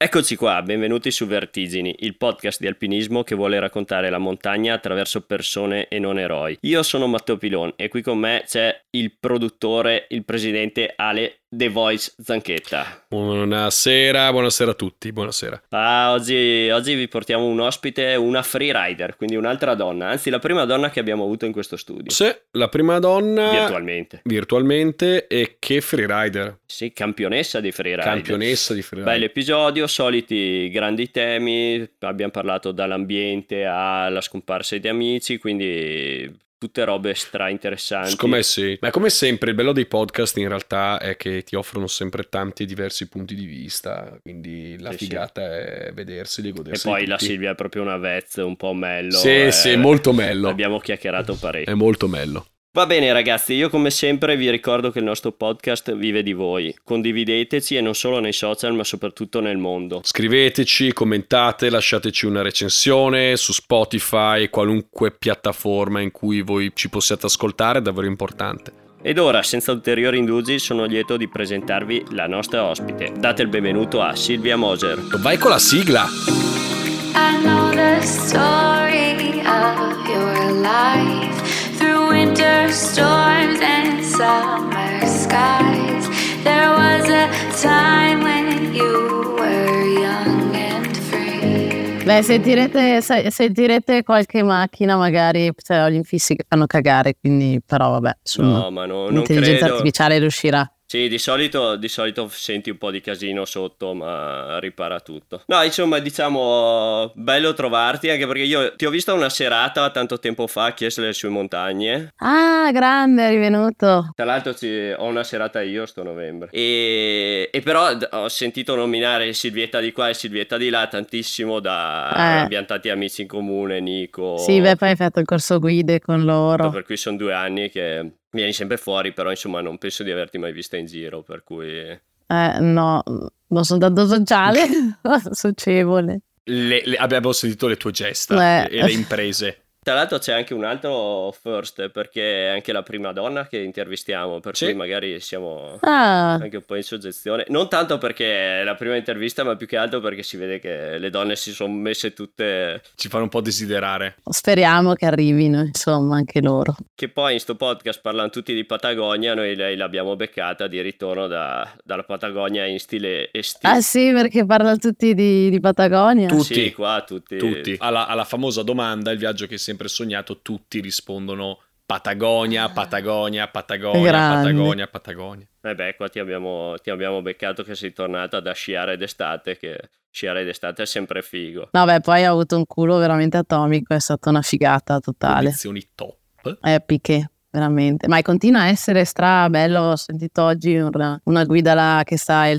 Eccoci qua, benvenuti su Vertigini, il podcast di alpinismo che vuole raccontare la montagna attraverso persone e non eroi. Io sono Matteo Pilon e qui con me c'è il produttore, il presidente Ale The Voice Zanchetta. Buonasera a tutti, buonasera. Oggi vi portiamo un ospite, una freerider, quindi un'altra donna, anzi la prima donna che abbiamo avuto in questo studio. Sì, la prima donna virtualmente e che freerider. Sì, campionessa di freerider. Bel episodio, soliti grandi temi, abbiamo parlato dall'ambiente alla scomparsa di amici, quindi tutte robe stra interessanti. Come sì, ma come sempre il bello dei podcast in realtà è che ti offrono sempre tanti e diversi punti di vista, quindi la figata è vederseli e godersi. E poi tutti. La Silvia è proprio una vezza, un po' mello. Sì, molto mello. Abbiamo chiacchierato parecchio. È molto mello. Va bene ragazzi, io come sempre vi ricordo che il nostro podcast vive di voi. Condivideteci e non solo nei social ma soprattutto nel mondo. Scriveteci, commentate, lasciateci una recensione su Spotify, qualunque piattaforma in cui voi ci possiate ascoltare, è davvero importante. Ed ora, senza ulteriori indugi, sono lieto di presentarvi la nostra ospite. Date il benvenuto a Silvia Moser. Vai con la sigla! I know the story of your life. Through winter storms and summer skies, there was a time when you were young and free. Beh, sentirete qualche macchina magari, cioè, gli infissi che fanno cagare, quindi però vabbè, no, ma non l'intelligenza credo. artificiale riuscirà. Sì, di solito senti un po' di casino sotto, ma ripara tutto. No, insomma, diciamo, bello trovarti, anche perché io ti ho visto una serata tanto tempo fa a Chiesle sue montagne. Ah, grande, è rivenuto. Tra l'altro ho una serata io sto novembre. E però ho sentito nominare Silvietta di qua e Silvietta di là tantissimo abbiamo tanti amici in comune, Nico. Sì, beh, poi hai fatto il corso guide con loro. Per cui sono 2 anni che vieni sempre fuori, però insomma non penso di averti mai vista in giro, per cui... No, non sono tanto sociale, socievole. Abbiamo sentito le tue gesta e le imprese. Tra l'altro c'è anche un altro first, perché è anche la prima donna che intervistiamo, per cui magari siamo anche un po' in soggezione. Non tanto perché è la prima intervista, ma più che altro perché si vede che le donne si sono messe tutte... Ci fanno un po' desiderare. Speriamo che arrivino, insomma, anche loro. Che poi in sto podcast parlano tutti di Patagonia, noi lei l'abbiamo beccata di ritorno dalla Patagonia in stile estivo. Ah sì, perché parlano tutti di Patagonia? Tutti. Sì, qua tutti. Alla famosa domanda, il viaggio che sempre sognato, tutti rispondono Patagonia. Qua ti abbiamo beccato che sei tornata da sciare d'estate, che sciare d'estate è sempre figo. No, beh, poi ho avuto un culo veramente atomico, è stata una figata totale. Condizioni top. Epiche, veramente. Ma continua a essere stra bello, ho sentito oggi una guida là che sta il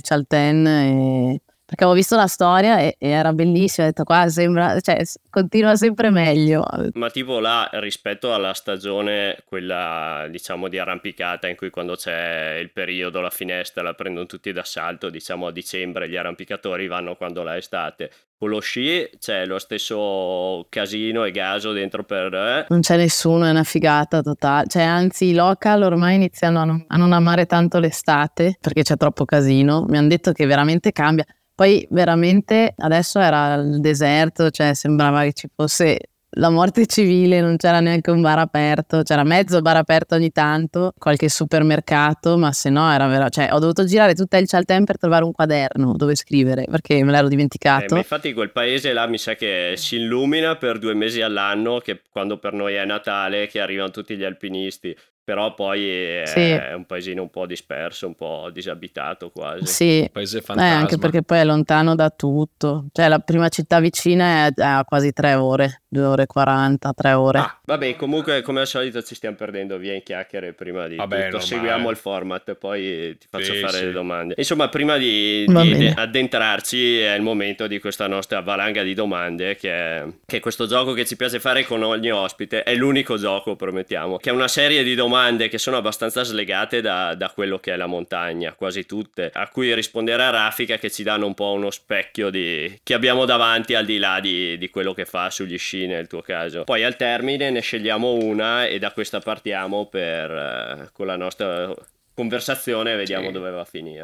Chalten perché avevo visto la storia e era bellissima, ho detto qua sembra, cioè continua sempre meglio. Ma tipo là rispetto alla stagione, quella diciamo di arrampicata, in cui quando c'è il periodo, la finestra la prendono tutti d'assalto, diciamo a dicembre gli arrampicatori vanno quando là è estate. Con lo sci c'è lo stesso casino e gaso dentro per... Non c'è nessuno, è una figata totale, cioè anzi i local ormai iniziano a non amare tanto l'estate perché c'è troppo casino, mi hanno detto che veramente cambia. Poi veramente adesso era il deserto, cioè sembrava che ci fosse la morte civile, non c'era neanche un bar aperto, c'era mezzo bar aperto ogni tanto, qualche supermercato, ma se no era vero, cioè ho dovuto girare tutta il Chalten per trovare un quaderno dove scrivere perché me l'ero dimenticato. Ma infatti quel paese là mi sa che si illumina per 2 mesi all'anno, che quando per noi è Natale, che arrivano tutti gli alpinisti. Però poi è un paesino un po' disperso, un po' disabitato quasi. Sì, un paese fantasma. Anche perché poi è lontano da tutto. Cioè la prima città vicina è a quasi 3 ore, 2 ore e 40, 3 ore. Vabbè, comunque come al solito ci stiamo perdendo via in chiacchiere prima di tutto. Seguiamo il format, poi ti faccio fare le domande. Insomma, prima di addentrarci è il momento di questa nostra valanga di domande, che è questo gioco che ci piace fare con ogni ospite. È l'unico gioco, promettiamo, che è una serie di domande che sono abbastanza slegate da quello che è la montagna, quasi tutte, a cui risponderà Raffica, che ci danno un po' uno specchio di che abbiamo davanti, al di là di quello che fa sugli sci nel tuo caso. Poi al termine ne scegliamo una e da questa partiamo con la nostra conversazione e vediamo dove va a finire.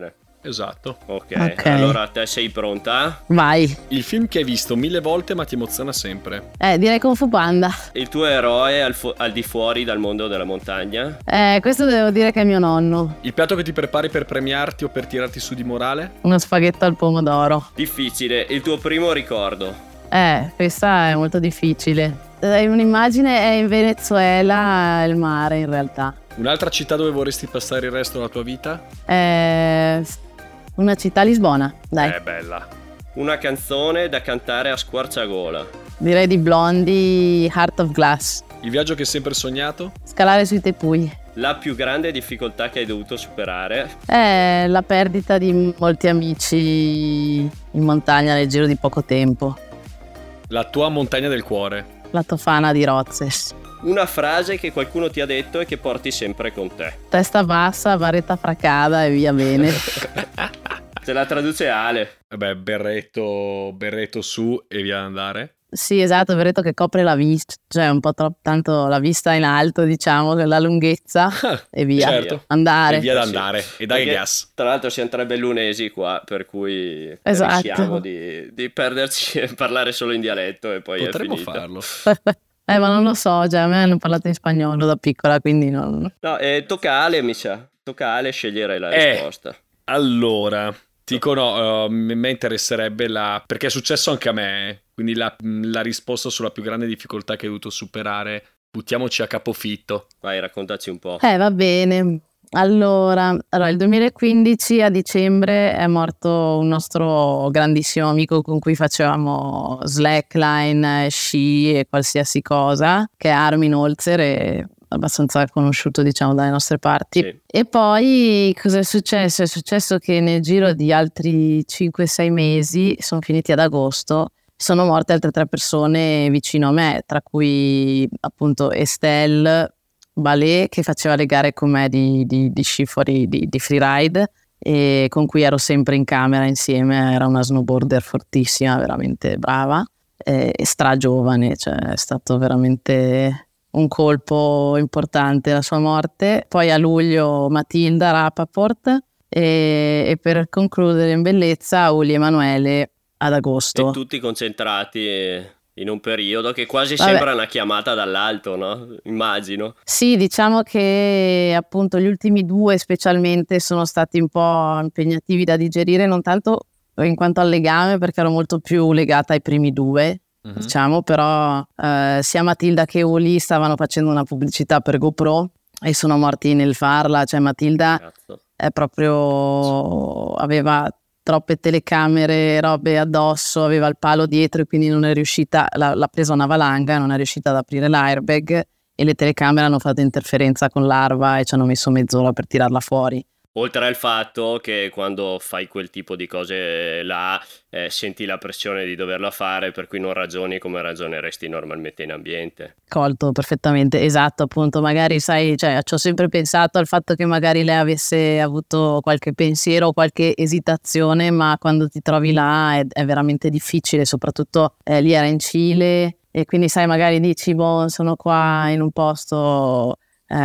Esatto. Ok, allora te sei pronta? Vai. Il film che hai visto 1000 volte ma ti emoziona sempre? Direi Kung Fu Panda. Il tuo eroe al di fuori dal mondo della montagna? Questo devo dire che è mio nonno. Il piatto che ti prepari per premiarti o per tirarti su di morale? Uno spaghetto al pomodoro. Difficile, il tuo primo ricordo? Questa è molto difficile. Un'immagine è in Venezuela, il mare in realtà. Un'altra città dove vorresti passare il resto della tua vita? Una città, Lisbona, dai. È bella. Una canzone da cantare a squarciagola? Direi di Blondie, Heart of Glass. Il viaggio che hai sempre sognato? Scalare sui tepui. La più grande difficoltà che hai dovuto superare? La perdita di molti amici in montagna nel giro di poco tempo. La tua montagna del cuore? La Tofana di Rozes. Una frase che qualcuno ti ha detto e che porti sempre con te? Testa bassa, varetta fracada e via bene. Se la traduce Ale. Vabbè, berretto su e via ad andare. Sì, esatto, berretto che copre la vista, cioè un po' troppo, tanto la vista in alto, diciamo, la lunghezza e via. Certo. Andare. E via ad andare. E dai gas. Tra l'altro siamo 3 bellunesi qua, per cui esatto. Rischiamo di perderci e parlare solo in dialetto e poi potremmo è finita. farlo. Ma non lo so, cioè a me hanno parlato in spagnolo da piccola, quindi non... No, tocca a Ale, mi sa. Tocca a Ale scegliere la risposta. Allora, dico no, me interesserebbe perché è successo anche a me, quindi la risposta sulla più grande difficoltà che hai dovuto superare. Buttiamoci a capofitto. Vai, raccontaci un po'. Va bene. Allora, il 2015 a dicembre è morto un nostro grandissimo amico con cui facevamo slackline, sci e qualsiasi cosa, che è Armin Holzer, è abbastanza conosciuto, diciamo, dalle nostre parti. Sì. E poi cosa è successo? È successo che nel giro di altri 5-6 mesi, sono finiti ad agosto, sono morte altre 3 persone vicino a me, tra cui appunto Estelle Ballet, che faceva le gare con me di sci fuori di freeride e con cui ero sempre in camera insieme. Era una snowboarder fortissima, veramente brava e stragiovane, cioè è stato veramente un colpo importante la sua morte. Poi a luglio Matilda Rapaport e per concludere in bellezza Uli Emanuele ad agosto. E tutti concentrati in un periodo che quasi sembra una chiamata dall'alto, no? Immagino. Sì, diciamo che appunto gli ultimi 2 specialmente sono stati un po' impegnativi da digerire, non tanto in quanto al legame, perché ero molto più legata ai primi 2, diciamo, però sia Matilda che Uli stavano facendo una pubblicità per GoPro e sono morti nel farla, cioè Matilda è proprio aveva troppe telecamere, robe addosso, aveva il palo dietro e quindi non è riuscita, l'ha presa una valanga, non è riuscita ad aprire l'airbag e le telecamere hanno fatto interferenza con l'arva e ci hanno messo mezz'ora per tirarla fuori. Oltre al fatto che quando fai quel tipo di cose là senti la pressione di doverla fare, per cui non ragioni come ragioneresti normalmente in ambiente. Colto perfettamente, esatto, appunto, magari sai, cioè ci ho sempre pensato al fatto che magari lei avesse avuto qualche pensiero o qualche esitazione, ma quando ti trovi là è veramente difficile, soprattutto lì era in Cile e quindi sai, magari dici, boh, sono qua in un posto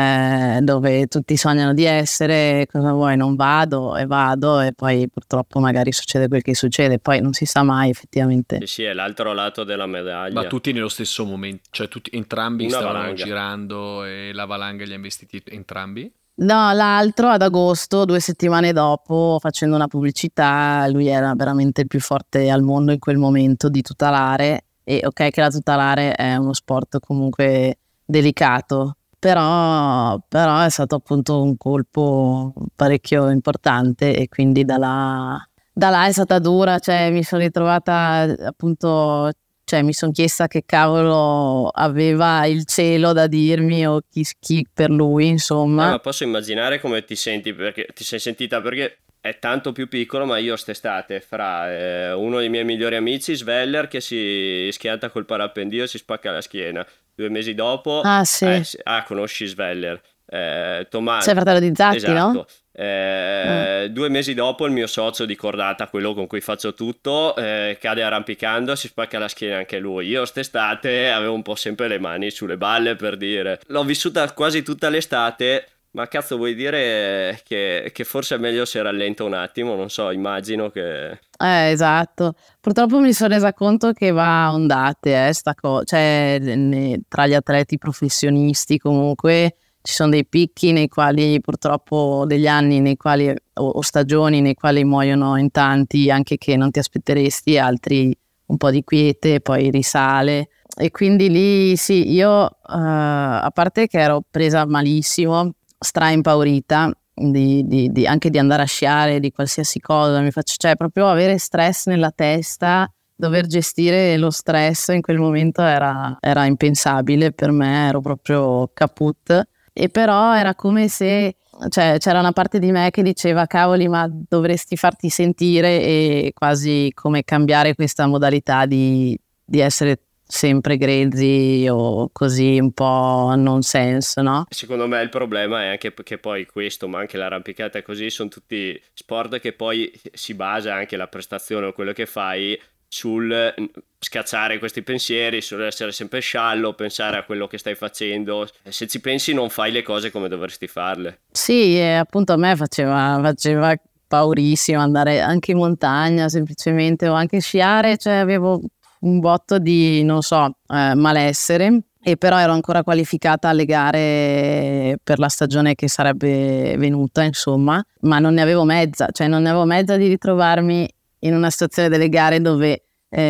dove tutti sognano di essere, cosa vuoi, non vado e poi purtroppo magari succede quel che succede, poi non si sa mai effettivamente. Sì, è l'altro lato della medaglia. Ma tutti nello stesso momento, cioè entrambi una stavano valanga girando e la valanga li ha investiti entrambi? No, l'altro ad agosto, 2 settimane dopo, facendo una pubblicità, lui era veramente il più forte al mondo in quel momento di tutelare, e ok che la tutelare è uno sport comunque delicato, però è stato appunto un colpo parecchio importante e quindi da là è stata dura, cioè mi sono ritrovata appunto, cioè mi sono chiesta che cavolo aveva il cielo da dirmi o chi per lui, insomma. Ma posso immaginare come ti senti, perché ti sei sentita, perché è tanto più piccolo, ma io st'estate fra uno dei miei migliori amici, Sveller, che si schianta col parapendio e si spacca la schiena. 2 mesi dopo sì. Conosci Sveller, Tommaso, sei fratello di Zatti, esatto. No? 2 mesi dopo il mio socio di cordata, quello con cui faccio tutto, cade arrampicando, si spacca la schiena anche lui. Io st'estate avevo un po' sempre le mani sulle balle, per dire, l'ho vissuta quasi tutta l'estate, Ma cazzo, vuoi dire che forse è meglio se rallenta un attimo? Non so, immagino che... Esatto. Purtroppo mi sono resa conto che va a ondate, cioè tra gli atleti professionisti comunque ci sono dei picchi nei quali purtroppo degli anni nei quali o stagioni nei quali muoiono in tanti anche che non ti aspetteresti, altri un po' di quiete, poi risale. E quindi lì sì, io a parte che ero presa malissimo, impaurita anche di andare a sciare, di qualsiasi cosa, cioè proprio avere stress nella testa, dover gestire lo stress in quel momento era impensabile per me, ero proprio caput. E però era come se, cioè, c'era una parte di me che diceva cavoli, ma dovresti farti sentire, e quasi come cambiare questa modalità di essere sempre grezzi o così un po' nonsense, no? Secondo me il problema è anche che poi questo, ma anche l'arrampicata e così, sono tutti sport che poi si basa anche la prestazione o quello che fai sul scacciare questi pensieri, sull'essere sempre sciallo, pensare a quello che stai facendo. Se ci pensi non fai le cose come dovresti farle. Sì, e appunto a me faceva paurissimo andare anche in montagna semplicemente, o anche sciare, cioè avevo un botto di, non so, malessere, e però ero ancora qualificata alle gare per la stagione che sarebbe venuta, insomma, ma non ne avevo mezza di ritrovarmi in una situazione delle gare dove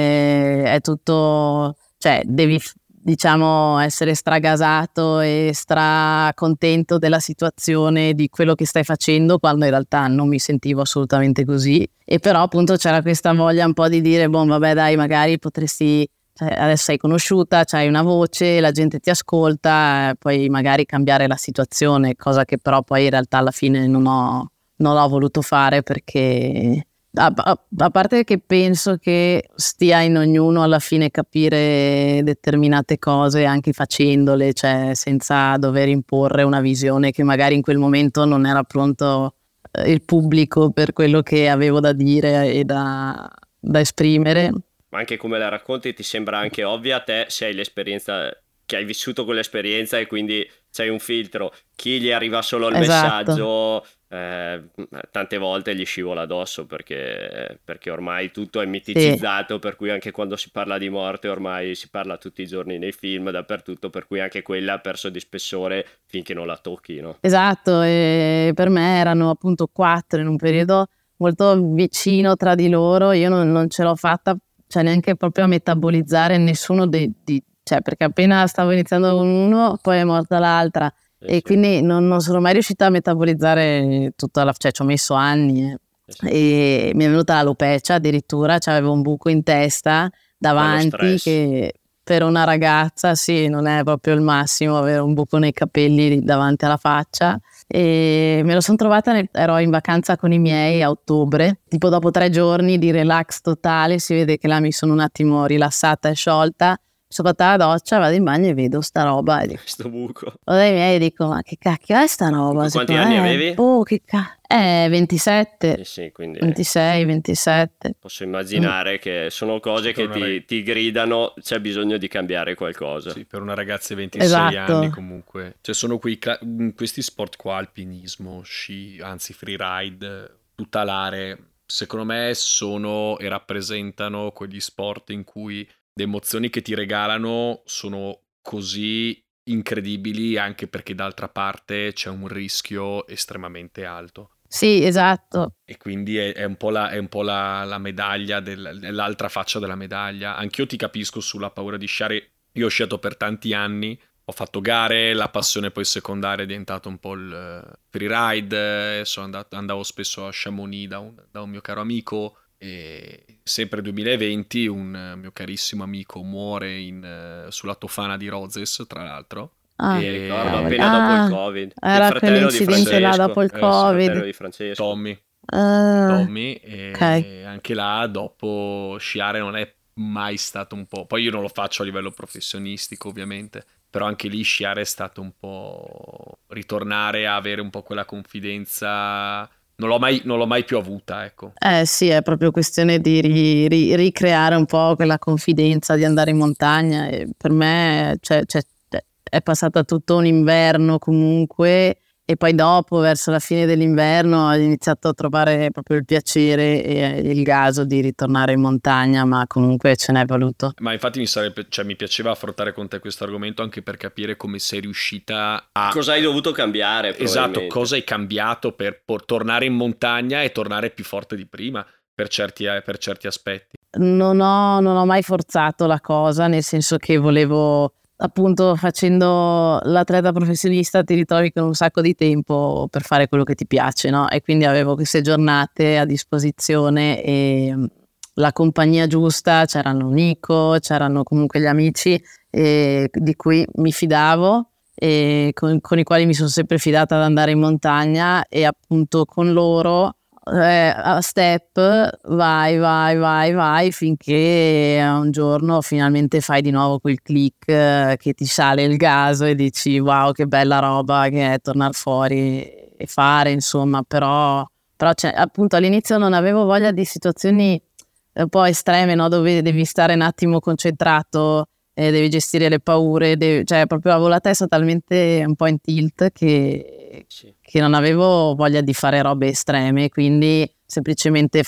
è tutto, cioè devi diciamo essere stragasato e stracontento della situazione, di quello che stai facendo, quando in realtà non mi sentivo assolutamente così. E però appunto c'era questa voglia un po' di dire boh, vabbè dai, magari potresti, cioè, adesso sei conosciuta, c'hai una voce, la gente ti ascolta, puoi magari cambiare la situazione, cosa che però poi in realtà alla fine non ho voluto fare, perché a parte che penso che stia in ognuno alla fine capire determinate cose anche facendole, cioè senza dover imporre una visione che magari in quel momento non era pronto il pubblico per quello che avevo da dire e da esprimere. Ma anche come la racconti ti sembra anche ovvia a te, se hai l'esperienza, che hai vissuto quell'esperienza e quindi c'hai un filtro. Chi gli arriva solo il messaggio tante volte gli scivola addosso, perché ormai tutto è miticizzato, sì. Per cui anche quando si parla di morte ormai si parla tutti i giorni nei film, dappertutto, per cui anche quella ha perso di spessore finché non la tocchi, no? Esatto, e per me erano appunto 4 in un periodo molto vicino tra di loro. Io non ce l'ho fatta, cioè neanche proprio a metabolizzare nessuno cioè, perché appena stavo iniziando con uno poi è morta l'altra, e quindi non sono mai riuscita a metabolizzare cioè ci ho messo anni e mi è venuta l'alopecia addirittura, cioè avevo un buco in testa davanti che per una ragazza sì, non è proprio il massimo avere un buco nei capelli davanti alla faccia. E me lo sono trovata, ero in vacanza con i miei a ottobre, tipo dopo 3 giorni di relax totale, si vede che là mi sono un attimo rilassata e sciolta. Sono fatta la doccia, vado in bagno e vedo sta roba e dico, sto buco. Vado dai miei e dico, ma che cacchio è sta roba? Quanti anni avevi? Oh, che cacchio. 27, sì, quindi 26, 27. Posso immaginare che sono cose che ti gridano, c'è bisogno di cambiare qualcosa. Sì, per una ragazza di 26 anni comunque. Cioè sono questi sport qua, alpinismo, sci, anzi freeride, tutelare, secondo me sono e rappresentano quegli sport in cui le emozioni che ti regalano sono così incredibili, anche perché d'altra parte c'è un rischio estremamente alto. Sì, esatto. E quindi è un po' la medaglia, l'altra faccia della medaglia. Anch'io ti capisco sulla paura di sciare. Io ho sciato per tanti anni, ho fatto gare, la passione poi secondaria è diventato un po' il freeride, andavo spesso a Chamonix da un mio caro amico. E sempre 2020 un mio carissimo amico muore sulla Tofana di Rozes, tra l'altro. E ricordo appena dopo il Covid. Era quell'incidente là dopo il Covid. Il di Francesco. Tommy e anche là dopo sciare non è mai stato un po'. Poi io non lo faccio a livello professionistico ovviamente, però anche lì sciare è stato un po' ritornare a avere un po' quella confidenza. Non l'ho mai più avuta, ecco. Sì, è proprio questione di ricreare un po' quella confidenza di andare in montagna. E per me è passata tutto un inverno comunque E poi dopo, verso la fine dell'inverno, ho iniziato a trovare proprio il piacere e il gaso di ritornare in montagna, ma comunque ce n'è voluto. Ma infatti mi piaceva affrontare con te questo argomento anche per capire come sei riuscita a... Cosa hai dovuto cambiare? Esatto, cosa hai cambiato per tornare in montagna e tornare più forte di prima per certi aspetti. Non ho mai forzato la cosa, nel senso che volevo... Appunto, facendo l'atleta professionista ti ritrovi con un sacco di tempo per fare quello che ti piace, no? E quindi avevo queste giornate a disposizione e la compagnia giusta, c'erano Nico, c'erano comunque gli amici di cui mi fidavo e con i quali mi sono sempre fidata ad andare in montagna, e appunto con loro a step vai finché un giorno finalmente fai di nuovo quel click che ti sale il gaso e dici wow, che bella roba che è tornare fuori e fare, insomma. Però appunto all'inizio non avevo voglia di situazioni un po' estreme, no? Dove devi stare un attimo concentrato, devi gestire le paure, cioè proprio avevo la testa talmente un po' in tilt che non avevo voglia di fare robe estreme, quindi semplicemente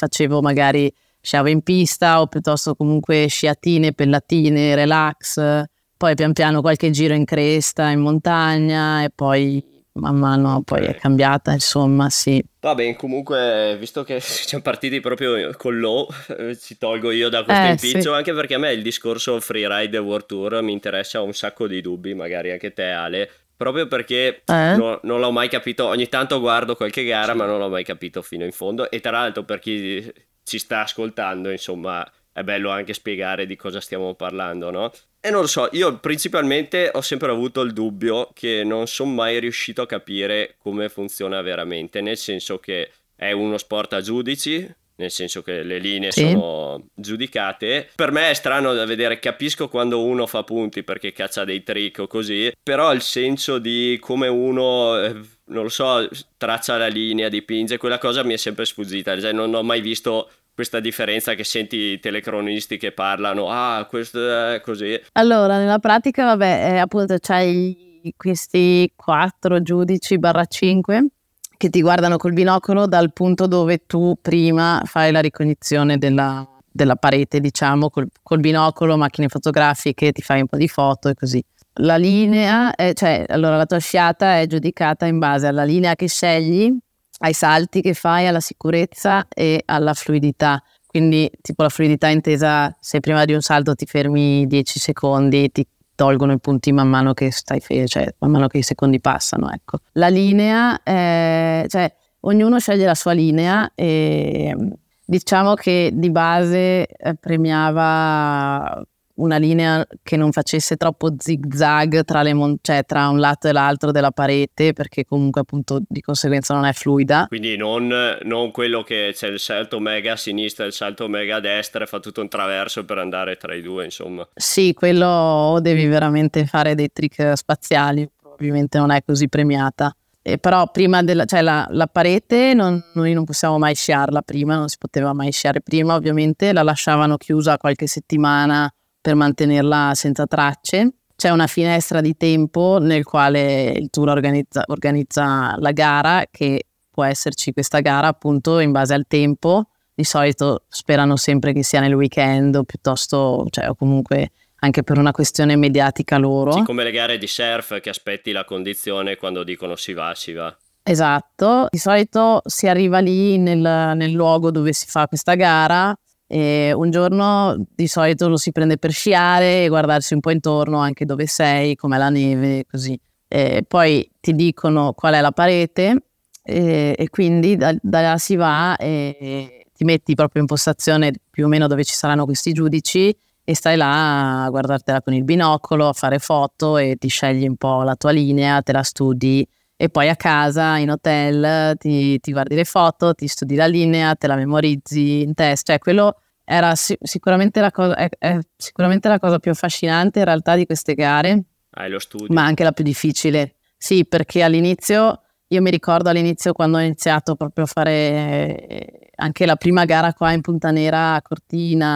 sciavo in pista o piuttosto comunque sciatine, pellatine, relax, poi pian piano qualche giro in cresta, in montagna, e poi man mano poi è cambiata, insomma, sì. Va bene, comunque, visto che siamo partiti proprio con low, ci tolgo io da questo impiccio, sì. Anche perché a me il discorso freeride World Tour mi interessa un sacco di dubbi, magari anche te, Ale, proprio perché non l'ho mai capito. Ogni tanto guardo qualche gara, ma non l'ho mai capito fino in fondo. E tra l'altro, per chi ci sta ascoltando, insomma, è bello anche spiegare di cosa stiamo parlando, no? E non lo so, io principalmente ho sempre avuto il dubbio che non sono mai riuscito a capire come funziona veramente, nel senso che è uno sport a giudici, nel senso che le linee sono giudicate. Per me è strano da vedere, capisco quando uno fa punti perché caccia dei trick o così, però il senso di come uno, non lo so, traccia la linea, dipinge, quella cosa mi è sempre sfuggita, cioè non ho mai visto questa differenza che senti i telecronisti che parlano, questo è così. Allora, nella pratica, appunto c'hai questi 4 giudici /5 che ti guardano col binocolo dal punto dove tu prima fai la ricognizione della parete, diciamo, col binocolo, macchine fotografiche, ti fai un po' di foto e così. La linea, allora la tua sciata è giudicata in base alla linea che scegli, ai salti che fai, alla sicurezza e alla fluidità. Quindi tipo la fluidità intesa, se prima di un salto ti fermi 10 secondi, ti tolgono i punti man mano che man mano che i secondi passano, ecco. La linea, ognuno sceglie la sua linea e diciamo che di base premiava una linea che non facesse troppo zig-zag tra un lato e l'altro della parete, perché comunque appunto di conseguenza non è fluida. Quindi non quello che c'è il salto mega a sinistra e il salto mega a destra e fa tutto un traverso per andare tra i due, insomma. Sì, quello devi veramente fare dei trick spaziali, probabilmente non è così premiata. Però prima la parete noi non possiamo mai sciarla prima, non si poteva mai sciare prima, ovviamente la lasciavano chiusa qualche settimana per mantenerla senza tracce. C'è una finestra di tempo nel quale il tour organizza la gara, che può esserci questa gara appunto in base al tempo. Di solito sperano sempre che sia nel weekend o piuttosto, o comunque anche per una questione mediatica loro. Sì, come le gare di surf che aspetti la condizione quando dicono si va. Esatto, di solito si arriva lì nel luogo dove si fa questa gara. E un giorno di solito lo si prende per sciare e guardarsi un po' intorno anche dove sei, com'è la neve, così. Poi ti dicono qual è la parete e quindi da là si va e ti metti proprio in postazione più o meno dove ci saranno questi giudici e stai là a guardartela con il binocolo, a fare foto e ti scegli un po' la tua linea, te la studi. E poi a casa, in hotel, ti guardi le foto, ti studi la linea, te la memorizzi in testa. Quello era sicuramente la cosa, è sicuramente la cosa più affascinante in realtà di queste gare. Lo studio. Ma anche la più difficile. Sì, perché io mi ricordo all'inizio quando ho iniziato proprio a fare anche la prima gara qua in Punta Nera a Cortina,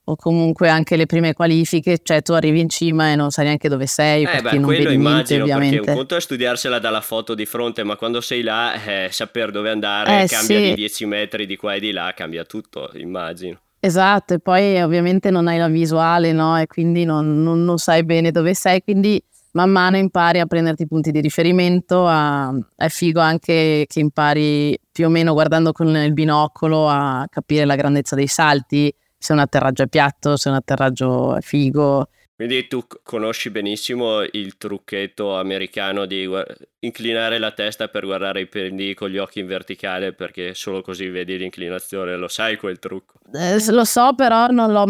o comunque anche le prime qualifiche, cioè tu arrivi in cima e non sai neanche dove sei, perché non vedi niente, ovviamente. Perché un conto è studiarsela dalla foto di fronte, ma quando sei là sapere dove andare cambia di 10 metri di qua e di là, cambia tutto, immagino. Esatto, e poi ovviamente non hai la visuale, no? E quindi non sai bene dove sei, quindi man mano impari a prenderti punti di riferimento, è figo anche che impari più o meno guardando con il binocolo a capire la grandezza dei salti, se un atterraggio è piatto, se un atterraggio è figo. Quindi tu conosci benissimo il trucchetto americano di inclinare la testa per guardare i pendii con gli occhi in verticale, perché solo così vedi l'inclinazione, lo sai quel trucco? Lo so, però non l'ho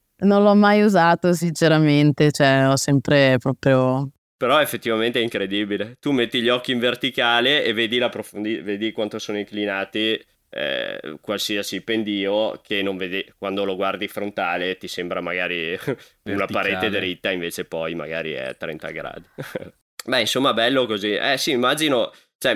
mai usato sinceramente, cioè ho sempre proprio... Però effettivamente è incredibile, tu metti gli occhi in verticale e vedi vedi quanto sono inclinati qualsiasi pendio, che non vedi quando lo guardi frontale, ti sembra magari una parete dritta, invece poi magari è 30 gradi. Beh, insomma, bello così. Sì, immagino, cioè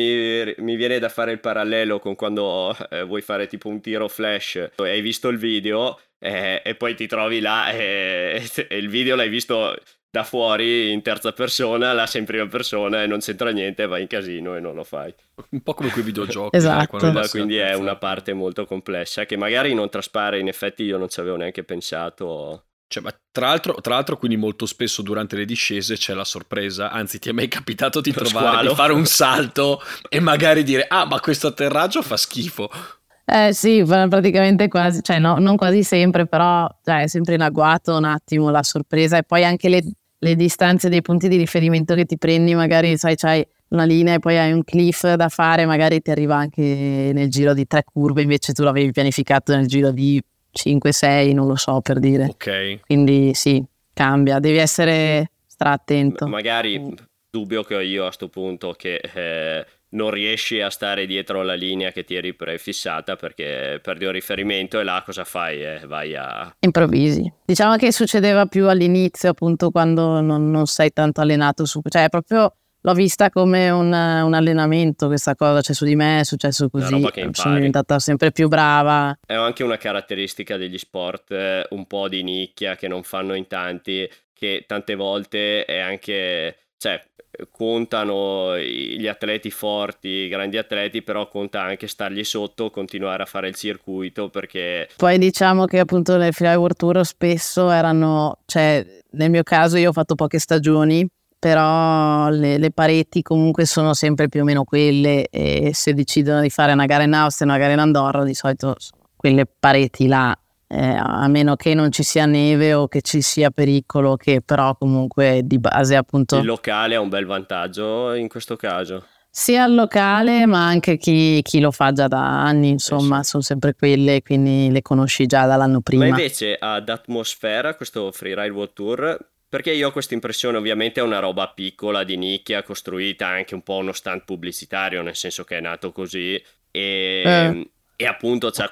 mi viene da fare il parallelo con quando vuoi fare tipo un tiro flash e hai visto il video e poi ti trovi là e il video l'hai visto da fuori in terza persona, là sei in prima persona e non c'entra niente, vai in casino e non lo fai. Un po' come quei videogiochi. Esatto. Quindi è una parte molto complessa che magari non traspare, in effetti io non ci avevo neanche pensato. Cioè, ma tra l'altro quindi molto spesso durante le discese c'è la sorpresa, anzi ti è mai capitato di fare un salto e magari dire ma questo atterraggio fa schifo? Sì, praticamente quasi, cioè no, non quasi sempre, però è sempre in agguato un attimo la sorpresa, e poi anche le distanze dei punti di riferimento che ti prendi, magari sai c'hai una linea e poi hai un cliff da fare, magari ti arriva anche nel giro di 3 curve, invece tu l'avevi pianificato nel giro di 5-6, non lo so, per dire. Ok. Quindi sì, cambia, devi essere attento. Magari dubbio che ho io a sto punto che non riesci a stare dietro alla linea che ti eri prefissata perché perdi un riferimento e là cosa fai? Vai a... improvvisi. Diciamo che succedeva più all'inizio, appunto, quando non sei tanto allenato su... Cioè proprio l'ho vista come un allenamento questa cosa, cioè su di me è successo così, sono diventata sempre più brava. È anche una caratteristica degli sport un po' di nicchia che non fanno in tanti, che tante volte è anche... cioè contano gli atleti forti, i grandi atleti, però conta anche stargli sotto, continuare a fare il circuito, perché poi diciamo che appunto le Freeride World Tour spesso erano, cioè nel mio caso io ho fatto poche stagioni, però le pareti comunque sono sempre più o meno quelle, e se decidono di fare una gara in Austria, una gara in Andorra, di solito sono quelle pareti là. A meno che non ci sia neve o che ci sia pericolo, che però comunque di base appunto... Il locale ha un bel vantaggio in questo caso. Sia il locale ma anche chi lo fa già da anni, insomma, sono sempre quelle, quindi le conosci già dall'anno prima. Ma invece ad Atmosfera, questo Freeride World Tour, perché io ho questa impressione, ovviamente è una roba piccola di nicchia, costruita anche un po' uno stand pubblicitario, nel senso che è nato così e appunto c'ha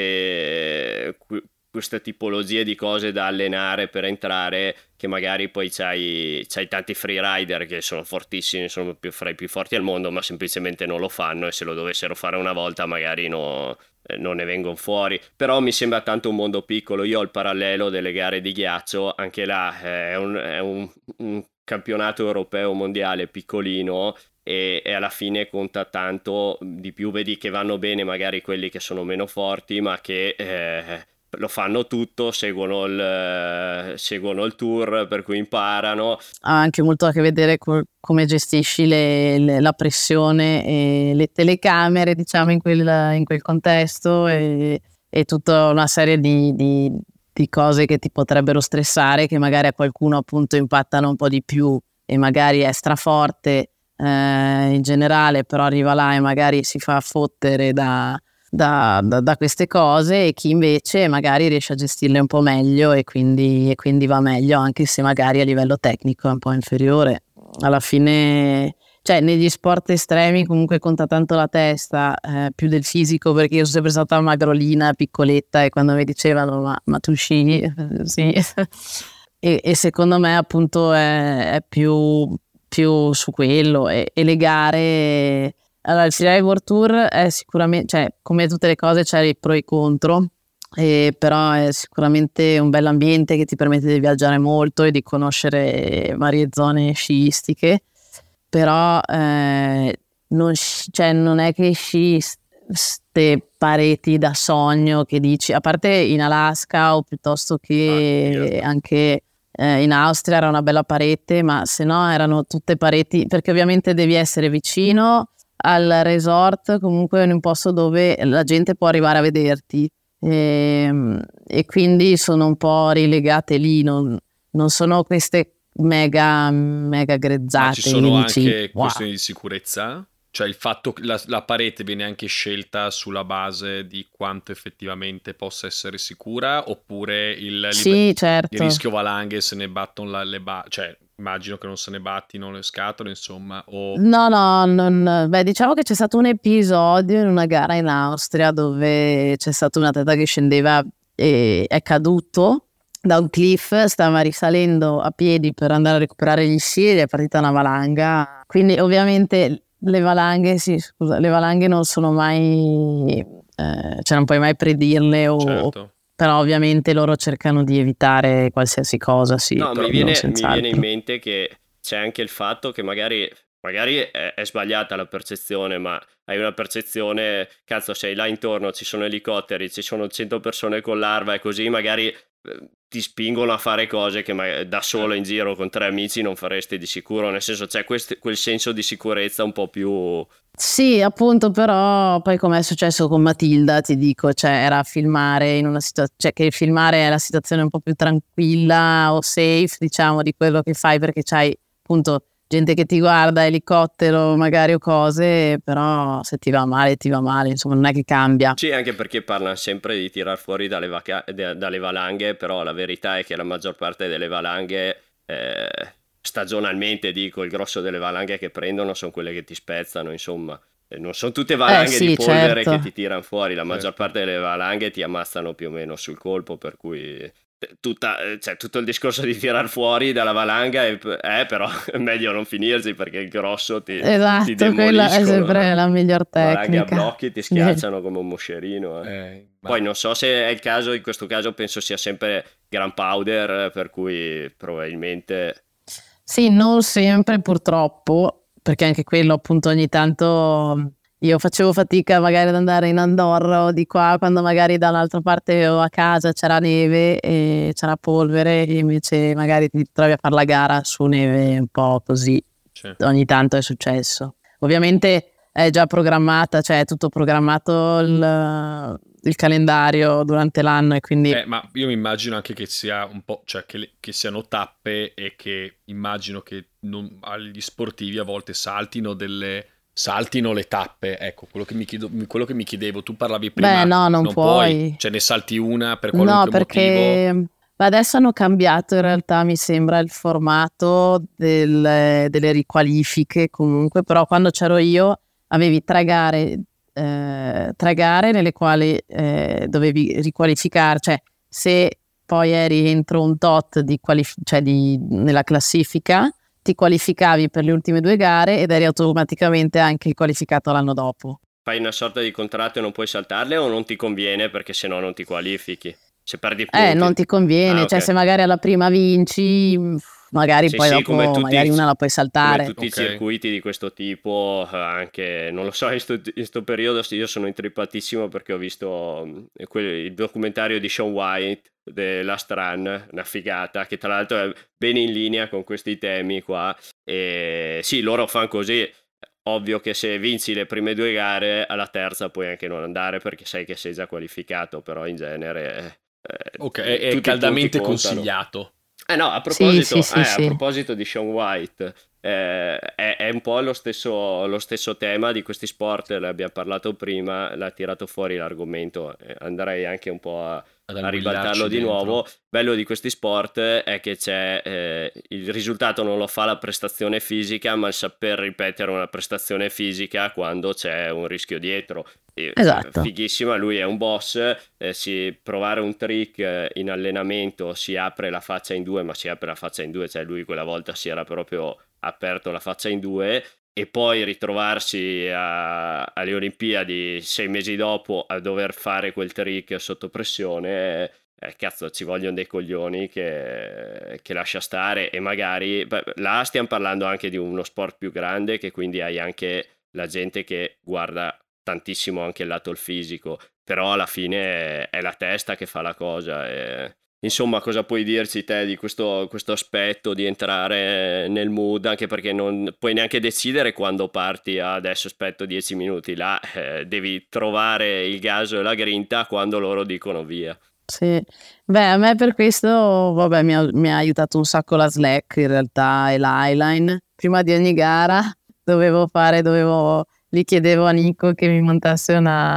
queste tipologie di cose da allenare per entrare, che magari poi c'hai tanti freerider che sono fortissimi, sono fra i più forti al mondo, ma semplicemente non lo fanno, e se lo dovessero fare una volta magari non ne vengono fuori. Però mi sembra tanto un mondo piccolo. Io ho il parallelo delle gare di ghiaccio, anche là è un campionato europeo mondiale piccolino, e alla fine conta tanto di più. Vedi che vanno bene magari quelli che sono meno forti, ma che lo fanno tutto, seguono il tour, per cui imparano. Ha anche molto a che vedere con come gestisci la pressione e le telecamere, diciamo, in quel contesto, e tutta una serie di cose che ti potrebbero stressare, che magari a qualcuno appunto impattano un po' di più e magari è straforte in generale, però arriva là e magari si fa fottere da queste cose, e chi invece magari riesce a gestirle un po' meglio e quindi va meglio, anche se magari a livello tecnico è un po' inferiore. Alla fine, cioè negli sport estremi comunque conta tanto la testa più del fisico, perché io sono sempre stata magrolina, piccoletta, e quando mi dicevano ma tu sci? Sì. e secondo me appunto è più su quello, e le gare. Allora, il Freeride World Tour è sicuramente, cioè come tutte le cose c'è i pro e i contro. però è sicuramente un bell'ambiente che ti permette di viaggiare molto e di conoscere varie zone sciistiche, però non è che sci ste pareti da sogno che dici, a parte in Alaska o piuttosto che anche in Austria era una bella parete, ma se no erano tutte pareti, perché ovviamente devi essere vicino al resort, comunque in un posto dove la gente può arrivare a vederti, e quindi sono un po' relegate lì, non sono queste mega grezzate. Ma ci sono anche questioni di sicurezza? Cioè il fatto che la parete viene anche scelta sulla base di quanto effettivamente possa essere sicura, oppure il rischio valanghe se ne battono cioè immagino che non se ne battino le scatole, insomma. No, beh, diciamo che c'è stato un episodio in una gara in Austria dove c'è stato un atleta che scendeva e è caduto da un cliff, stava risalendo a piedi per andare a recuperare gli sci e gli è partita una valanga, quindi ovviamente le valanghe non sono mai cioè non puoi mai predirle certo. Però ovviamente loro cercano di evitare qualsiasi cosa. Sì, no, mi viene in mente che c'è anche il fatto che magari è sbagliata la percezione, ma hai una percezione, cazzo, sei là intorno, ci sono elicotteri, ci sono 100 persone con l'arma e così magari ti spingono a fare cose che da solo in giro con 3 amici non faresti di sicuro, nel senso c'è quel senso di sicurezza un po' più... Sì, appunto, però poi come è successo con Matilda, ti dico, cioè era filmare in una situazione, cioè che filmare è la situazione un po' più tranquilla o safe, diciamo, di quello che fai, perché c'hai appunto gente che ti guarda, elicottero magari o cose, però se ti va male, insomma non è che cambia. Sì, anche perché parlano sempre di tirar fuori dalle valanghe, però la verità è che la maggior parte delle valanghe, stagionalmente dico, il grosso delle valanghe che prendono sono quelle che ti spezzano, insomma. Non sono tutte valanghe di polvere che ti tirano fuori, la maggior parte delle valanghe ti ammazzano più o meno sul colpo, per cui... tutto il discorso di tirar fuori dalla valanga però è meglio non finirsi, perché il grosso ti quella è sempre la miglior tecnica. Valanghe a blocchi ti schiacciano come un moscerino. Poi non so se è il caso, in questo caso penso sia sempre gunpowder, per cui probabilmente sì, non sempre purtroppo, perché anche quello appunto ogni tanto io facevo fatica magari ad andare in Andorra o di qua, quando magari dall'altra parte o a casa c'era neve e c'era polvere, e invece magari ti trovi a fare la gara su neve un po' così. Ogni tanto è successo. Ovviamente è già programmata, cioè è tutto programmato il calendario durante l'anno, e quindi... ma io mi immagino anche che sia un po', cioè che siano tappe, e che immagino che agli sportivi a volte saltino le tappe, ecco, quello che mi chiedevo, tu parlavi prima. Beh, no, non puoi. Cioè ne salti una per qualunque motivo. No, perché adesso hanno cambiato in realtà, mi sembra, il formato delle riqualifiche comunque, però quando c'ero io avevi 3 gare nelle quali dovevi riqualificare, cioè se poi eri entro un tot nella classifica, ti qualificavi per le ultime 2 gare ed eri automaticamente anche qualificato l'anno dopo. Fai una sorta di contratto e non puoi saltarle, o non ti conviene perché sennò non ti qualifichi? Se perdi punti. Non ti conviene, cioè se magari alla prima vinci, magari poi dopo magari una la puoi saltare. Come tutti i circuiti di questo tipo, anche, non lo so, in sto periodo io sono intrippatissimo perché ho visto il documentario di Shaun White, The Last Run, una figata, che tra l'altro è ben in linea con questi temi qua, e sì, loro fanno così. Ovvio che se vinci le prime 2 gare, alla terza puoi anche non andare perché sai che sei già qualificato, però in genere è caldamente consigliato. No, a proposito, a proposito di Shaun White, è un po' lo stesso tema di questi sport, ne abbiamo parlato prima, l'ha tirato fuori l'argomento, andrei anche un po' a ribaltarlo di nuovo. Bello di questi sport è che c'è il risultato non lo fa la prestazione fisica, ma il saper ripetere una prestazione fisica quando c'è un rischio dietro. Esatto. Fighissima, lui è un boss, provare un trick in allenamento si apre la faccia in 2, ma si apre la faccia in 2, cioè lui quella volta si era proprio aperto la faccia in 2, e poi ritrovarsi alle Olimpiadi 6 mesi dopo a dover fare quel trick sotto pressione, cazzo, ci vogliono dei coglioni che lascia stare. E magari là stiamo parlando anche di uno sport più grande, che quindi hai anche la gente che guarda tantissimo anche il lato fisico, però alla fine è la testa che fa la cosa. Insomma, cosa puoi dirci te di questo aspetto di entrare nel mood, anche perché non puoi neanche decidere quando parti, adesso aspetto 10 minuti, là devi trovare il gaso e la grinta quando loro dicono via. Sì, beh, a me per questo, vabbè, mi ha aiutato un sacco la Slack in realtà e l'Highline. Prima di ogni gara gli chiedevo a Nico che mi montasse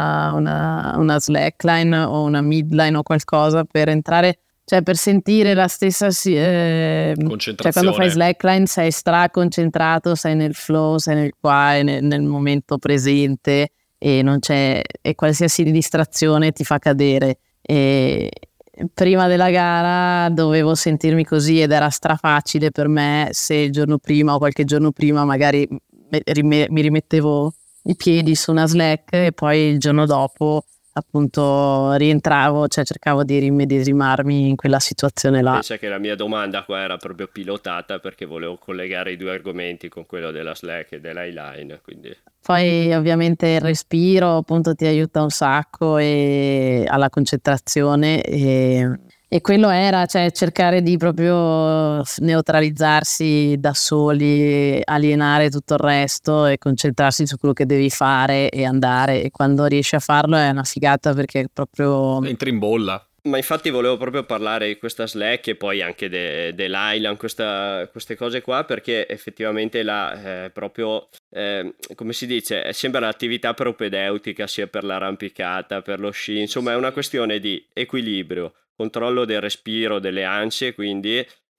una slackline o una midline o qualcosa per entrare, cioè per sentire la stessa concentrazione. Cioè quando fai slackline sei concentrato, sei nel flow, sei nel qua e nel momento presente, e non c'è, e qualsiasi distrazione ti fa cadere. E prima della gara dovevo sentirmi così, ed era strafacile per me se il giorno prima o qualche giorno prima magari mi rimettevo i piedi su una slack e poi il giorno dopo appunto rientravo, cioè cercavo di rimedesimarmi in quella situazione là. Pensa che la mia domanda qua era proprio pilotata perché volevo collegare i due argomenti con quello della slack e dell'highline, quindi... Poi ovviamente il respiro appunto ti aiuta un sacco e alla concentrazione, e quello era, cioè cercare di proprio neutralizzarsi da soli, alienare tutto il resto e concentrarsi su quello che devi fare e andare, e quando riesci a farlo è una figata perché proprio entri in bolla. Ma infatti volevo proprio parlare di questa Slack e poi anche dell'Highland, queste cose qua, perché effettivamente là proprio, come si dice, sembra un'attività propedeutica sia per l'arrampicata, per lo sci, insomma è una questione di equilibrio, controllo del respiro, delle ansie, quindi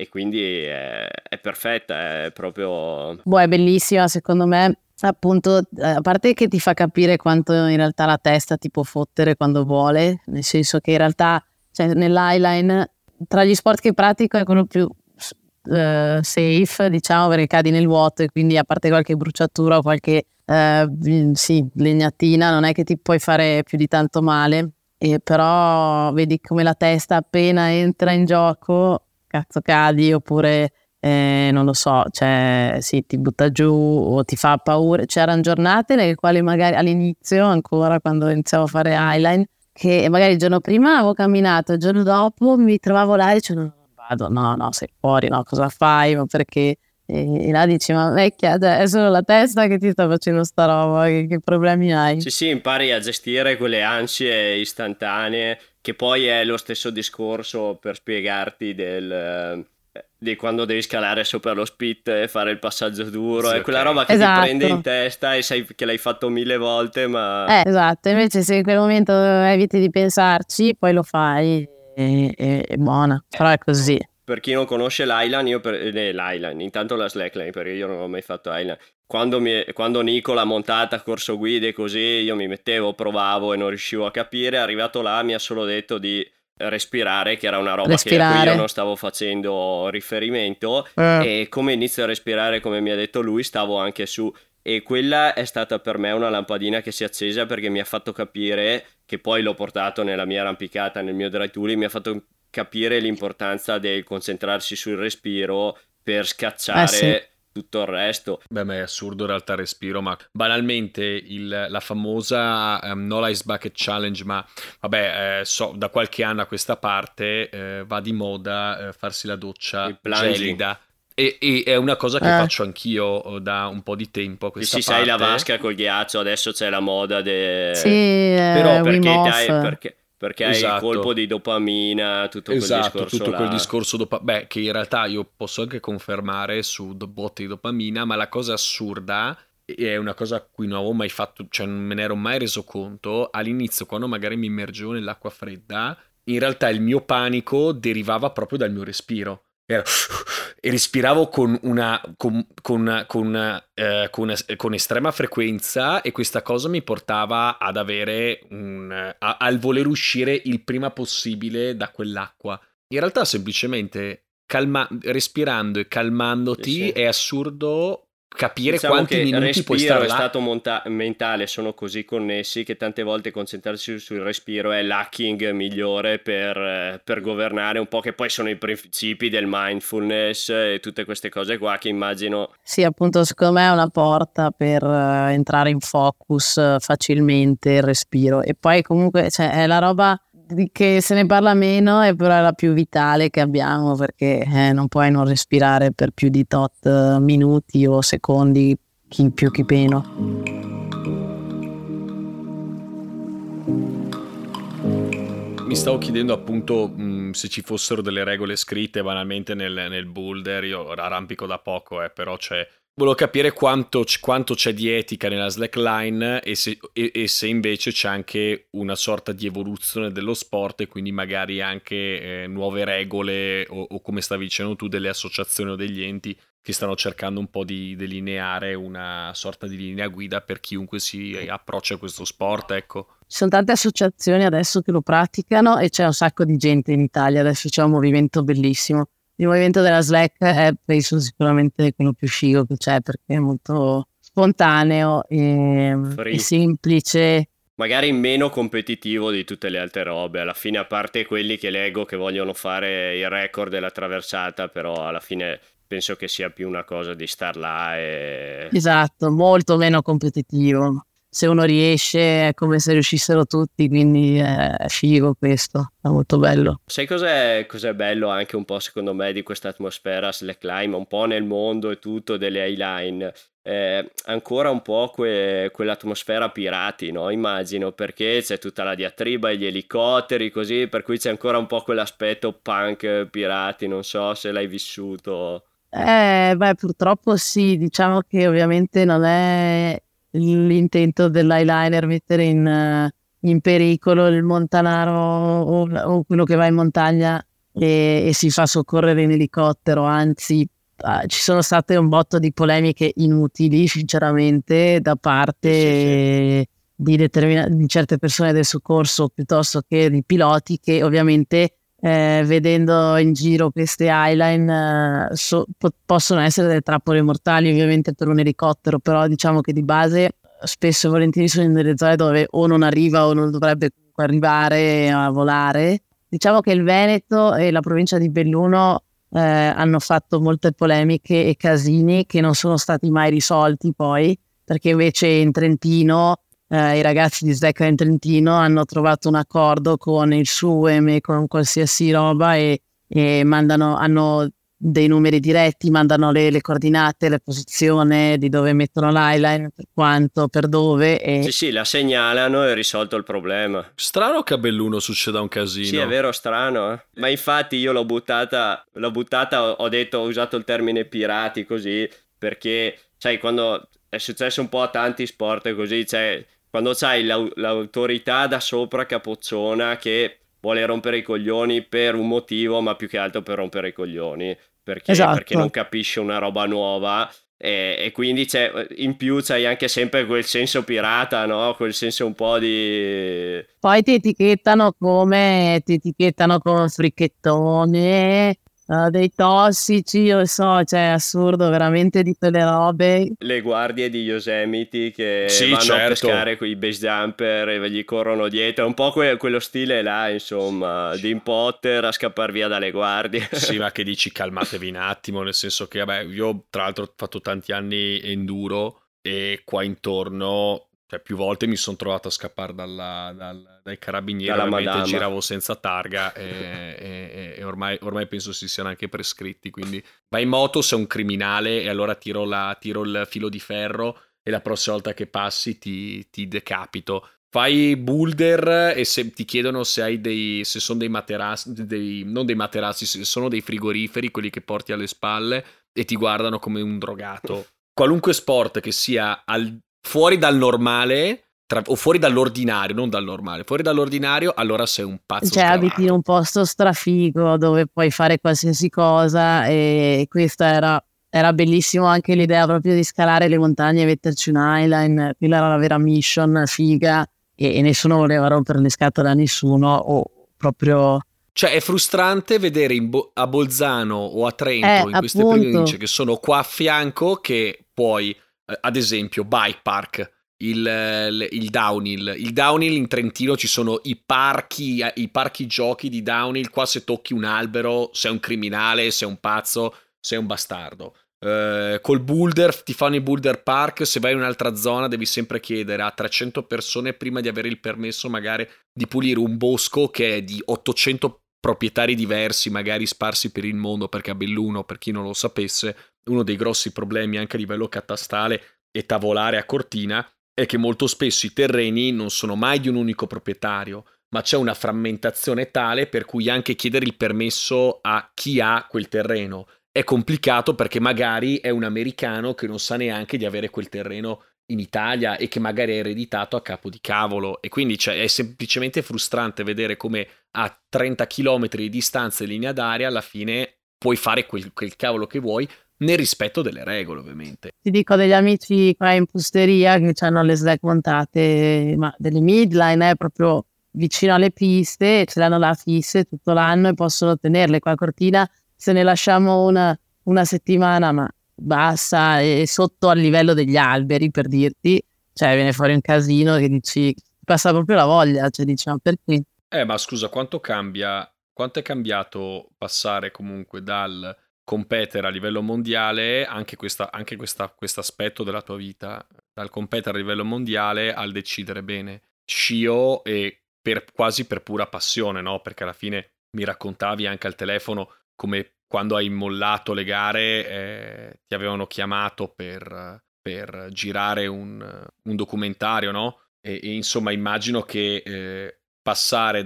è perfetta, è proprio... Boh, è bellissima secondo me, appunto, a parte che ti fa capire quanto in realtà la testa ti può fottere quando vuole, nel senso che in realtà, cioè, nell'highline tra gli sport che pratico è quello più safe, diciamo, perché cadi nel vuoto e quindi a parte qualche bruciatura o qualche legnatina non è che ti puoi fare più di tanto male, però vedi come la testa appena entra in gioco cazzo cadi, oppure non lo so, cioè sì, ti butta giù o ti fa paura. C'erano giornate nelle quali magari all'inizio, ancora quando iniziavo a fare highline, che magari il giorno prima avevo camminato, il giorno dopo mi trovavo là e dicevo non vado, no, sei fuori, no, cosa fai, ma perché? E là dici, ma vecchia, cioè, è solo la testa che ti sta facendo sta roba, che problemi hai? Sì, impari a gestire quelle ansie istantanee, che poi è lo stesso discorso per spiegarti di quando devi scalare sopra lo spit e fare il passaggio duro, sì, è quella roba che ti prende in testa e sai che l'hai fatto 1000 volte, ma... Esatto, invece se in quel momento eviti di pensarci, poi lo fai e è buona, però è così. Per chi non conosce l'Highline, intanto la slackline, perché io non ho mai fatto Highline. Quando Nico l'ha montata, corso guide così, io mi mettevo, provavo e non riuscivo a capire. Arrivato là mi ha solo detto di respirare, che era una roba a cui io non stavo facendo riferimento, e come inizio a respirare, come mi ha detto lui, stavo anche su, e quella è stata per me una lampadina che si è accesa, perché mi ha fatto capire, che poi l'ho portato nella mia arrampicata, nel mio dry tooling, mi ha fatto capire l'importanza del concentrarsi sul respiro per scacciare tutto il resto. Beh, ma è assurdo in realtà il respiro, ma banalmente la famosa No Ice Bucket Challenge, ma vabbè, da qualche anno a questa parte va di moda farsi la doccia gelida. E è una cosa che faccio anch'io da un po' di tempo a questa parte. Sai, la vasca col ghiaccio, adesso c'è la moda però perché hai il colpo di dopamina, tutto quel discorso quel discorso che in realtà io posso anche confermare su botte di dopamina, ma la cosa assurda è una cosa a cui non avevo mai fatto, cioè non me ne ero mai reso conto all'inizio, quando magari mi immergevo nell'acqua fredda, in realtà il mio panico derivava proprio dal mio respiro. E respiravo con estrema frequenza, e questa cosa mi portava ad avere al voler uscire il prima possibile da quell'acqua. In realtà semplicemente respirando e calmandoti è assurdo capire quanti minuti puoi stare là. Respiro e stato mentale sono così connessi che tante volte concentrarsi sul respiro è l'hacking migliore per governare un po', che poi sono i principi del mindfulness e tutte queste cose qua che immagino. Sì, appunto, secondo me è una porta per entrare in focus facilmente, il respiro. E poi comunque è la roba di che se ne parla meno, è però la più vitale che abbiamo, perché non puoi non respirare per più di tot minuti o secondi, chi più chi meno. Mi stavo chiedendo appunto se ci fossero delle regole scritte banalmente nel Boulder. Io arrampico da poco, però volevo capire quanto c'è di etica nella slackline e se invece c'è anche una sorta di evoluzione dello sport e quindi magari anche nuove regole o come stavi dicendo tu, delle associazioni o degli enti che stanno cercando un po' di delineare una sorta di linea guida per chiunque si approccia a questo sport, ecco. Ci sono tante associazioni adesso che lo praticano e c'è un sacco di gente in Italia, adesso c'è un movimento bellissimo. Il movimento della Slack è, penso, sicuramente quello più figo che c'è, perché è molto spontaneo e semplice. Magari meno competitivo di tutte le altre robe, alla fine, a parte quelli che leggo che vogliono fare il record della traversata, però alla fine penso che sia più una cosa di star là e... Esatto, molto meno competitivo. Se uno riesce è come se riuscissero tutti, quindi è figo questo, è molto bello. Sai cos'è bello anche un po' secondo me di questa atmosfera slackline, un po' nel mondo e tutto delle highline, ancora un po' quell'atmosfera pirati, no? Immagino, perché c'è tutta la diatriba e gli elicotteri così, per cui c'è ancora un po' quell'aspetto punk pirati, non so se l'hai vissuto. Purtroppo sì, diciamo che ovviamente non è l'intento dell'highliner mettere in pericolo il montanaro o quello che va in montagna e si fa soccorrere in elicottero, anzi ci sono state un botto di polemiche inutili sinceramente da parte di certe persone del soccorso piuttosto che di piloti che ovviamente vedendo in giro queste highline possono essere delle trappole mortali ovviamente per un elicottero, però diciamo che di base spesso e volentieri sono in delle zone dove o non arriva o non dovrebbe comunque arrivare a volare. Diciamo che il Veneto e la provincia di Belluno hanno fatto molte polemiche e casini che non sono stati mai risolti poi, perché invece in Trentino i ragazzi di Slack in Trentino hanno trovato un accordo con il SUEM e con qualsiasi roba e hanno dei numeri diretti, mandano le coordinate, la posizione di dove mettono l'highline, per quanto, per dove. Sì, la segnalano e risolto il problema. Strano che a Belluno succeda un casino. Sì, è vero, strano. Ma infatti io l'ho buttata, ho usato il termine pirati così, perché sai, quando è successo un po' a tanti sport così, cioè quando c'hai l'autorità da sopra capocciona che vuole rompere i coglioni per un motivo, ma più che altro per rompere i coglioni, perché non capisce una roba nuova e quindi in più c'hai anche sempre quel senso pirata, no? Quel senso un po' di... Poi ti etichettano come fricchettone, dei tossici, io so, cioè è assurdo veramente di quelle robe. Le guardie di Yosemite che vanno a pescare quei base jumper e gli corrono dietro, un po' quello stile là, insomma, Dean Potter a scappare via dalle guardie. Sì, ma che dici calmatevi un attimo, nel senso che vabbè, io tra l'altro ho fatto tanti anni enduro e qua intorno... Cioè, più volte mi sono trovato a scappare dai carabinieri, ovviamente giravo senza targa e ormai penso si siano anche prescritti, quindi vai in moto sei un criminale e allora tiro il filo di ferro e la prossima volta che passi ti decapito. Fai boulder e se ti chiedono se sono dei materassi, non dei materassi, se sono dei frigoriferi, quelli che porti alle spalle, e ti guardano come un drogato. Qualunque sport che sia fuori dal normale o fuori dall'ordinario, non dal normale, fuori dall'ordinario, allora sei un pazzo. Cioè abiti in un posto strafigo dove puoi fare qualsiasi cosa e questo era bellissimo, anche l'idea proprio di scalare le montagne e metterci un highline, quella era la vera mission figa e nessuno voleva rompere le scatole a nessuno o proprio Cioè è frustrante vedere a Bolzano o a Trento, in queste province che sono qua a fianco, che poi, ad esempio, bike park, il downhill. Il downhill in Trentino ci sono i parchi giochi di downhill. Qua se tocchi un albero sei un criminale, sei un pazzo, sei un bastardo. Col boulder ti fanno i boulder park. Se vai in un'altra zona devi sempre chiedere a 300 persone prima di avere il permesso magari di pulire un bosco che è di 800 proprietari diversi, magari sparsi per il mondo, perché a Belluno, per chi non lo sapesse, uno dei grossi problemi anche a livello catastale e tavolare a Cortina è che molto spesso i terreni non sono mai di un unico proprietario, ma c'è una frammentazione tale per cui anche chiedere il permesso a chi ha quel terreno è complicato, perché magari è un americano che non sa neanche di avere quel terreno in Italia e che magari è ereditato a capo di cavolo, e quindi è semplicemente frustrante vedere come a 30 km di distanza in linea d'aria alla fine puoi fare quel cavolo che vuoi nel rispetto delle regole, ovviamente. Ti dico degli amici qua in Pusteria che hanno le slack montate, ma delle midline proprio vicino alle piste, ce l'hanno là fisse tutto l'anno e possono tenerle. Qua a Cortina se ne lasciamo una settimana ma bassa, e sotto al livello degli alberi, per dirti, cioè viene fuori un casino che dici, passa proprio la voglia, cioè diciamo perché. Ma scusa, quanto è cambiato passare comunque dal competere a livello mondiale, anche questo aspetto della tua vita, dal competere a livello mondiale al decidere bene, scio, e quasi per pura passione, no? Perché alla fine mi raccontavi anche al telefono come quando hai mollato le gare ti avevano chiamato per girare un documentario, no? E insomma immagino che passare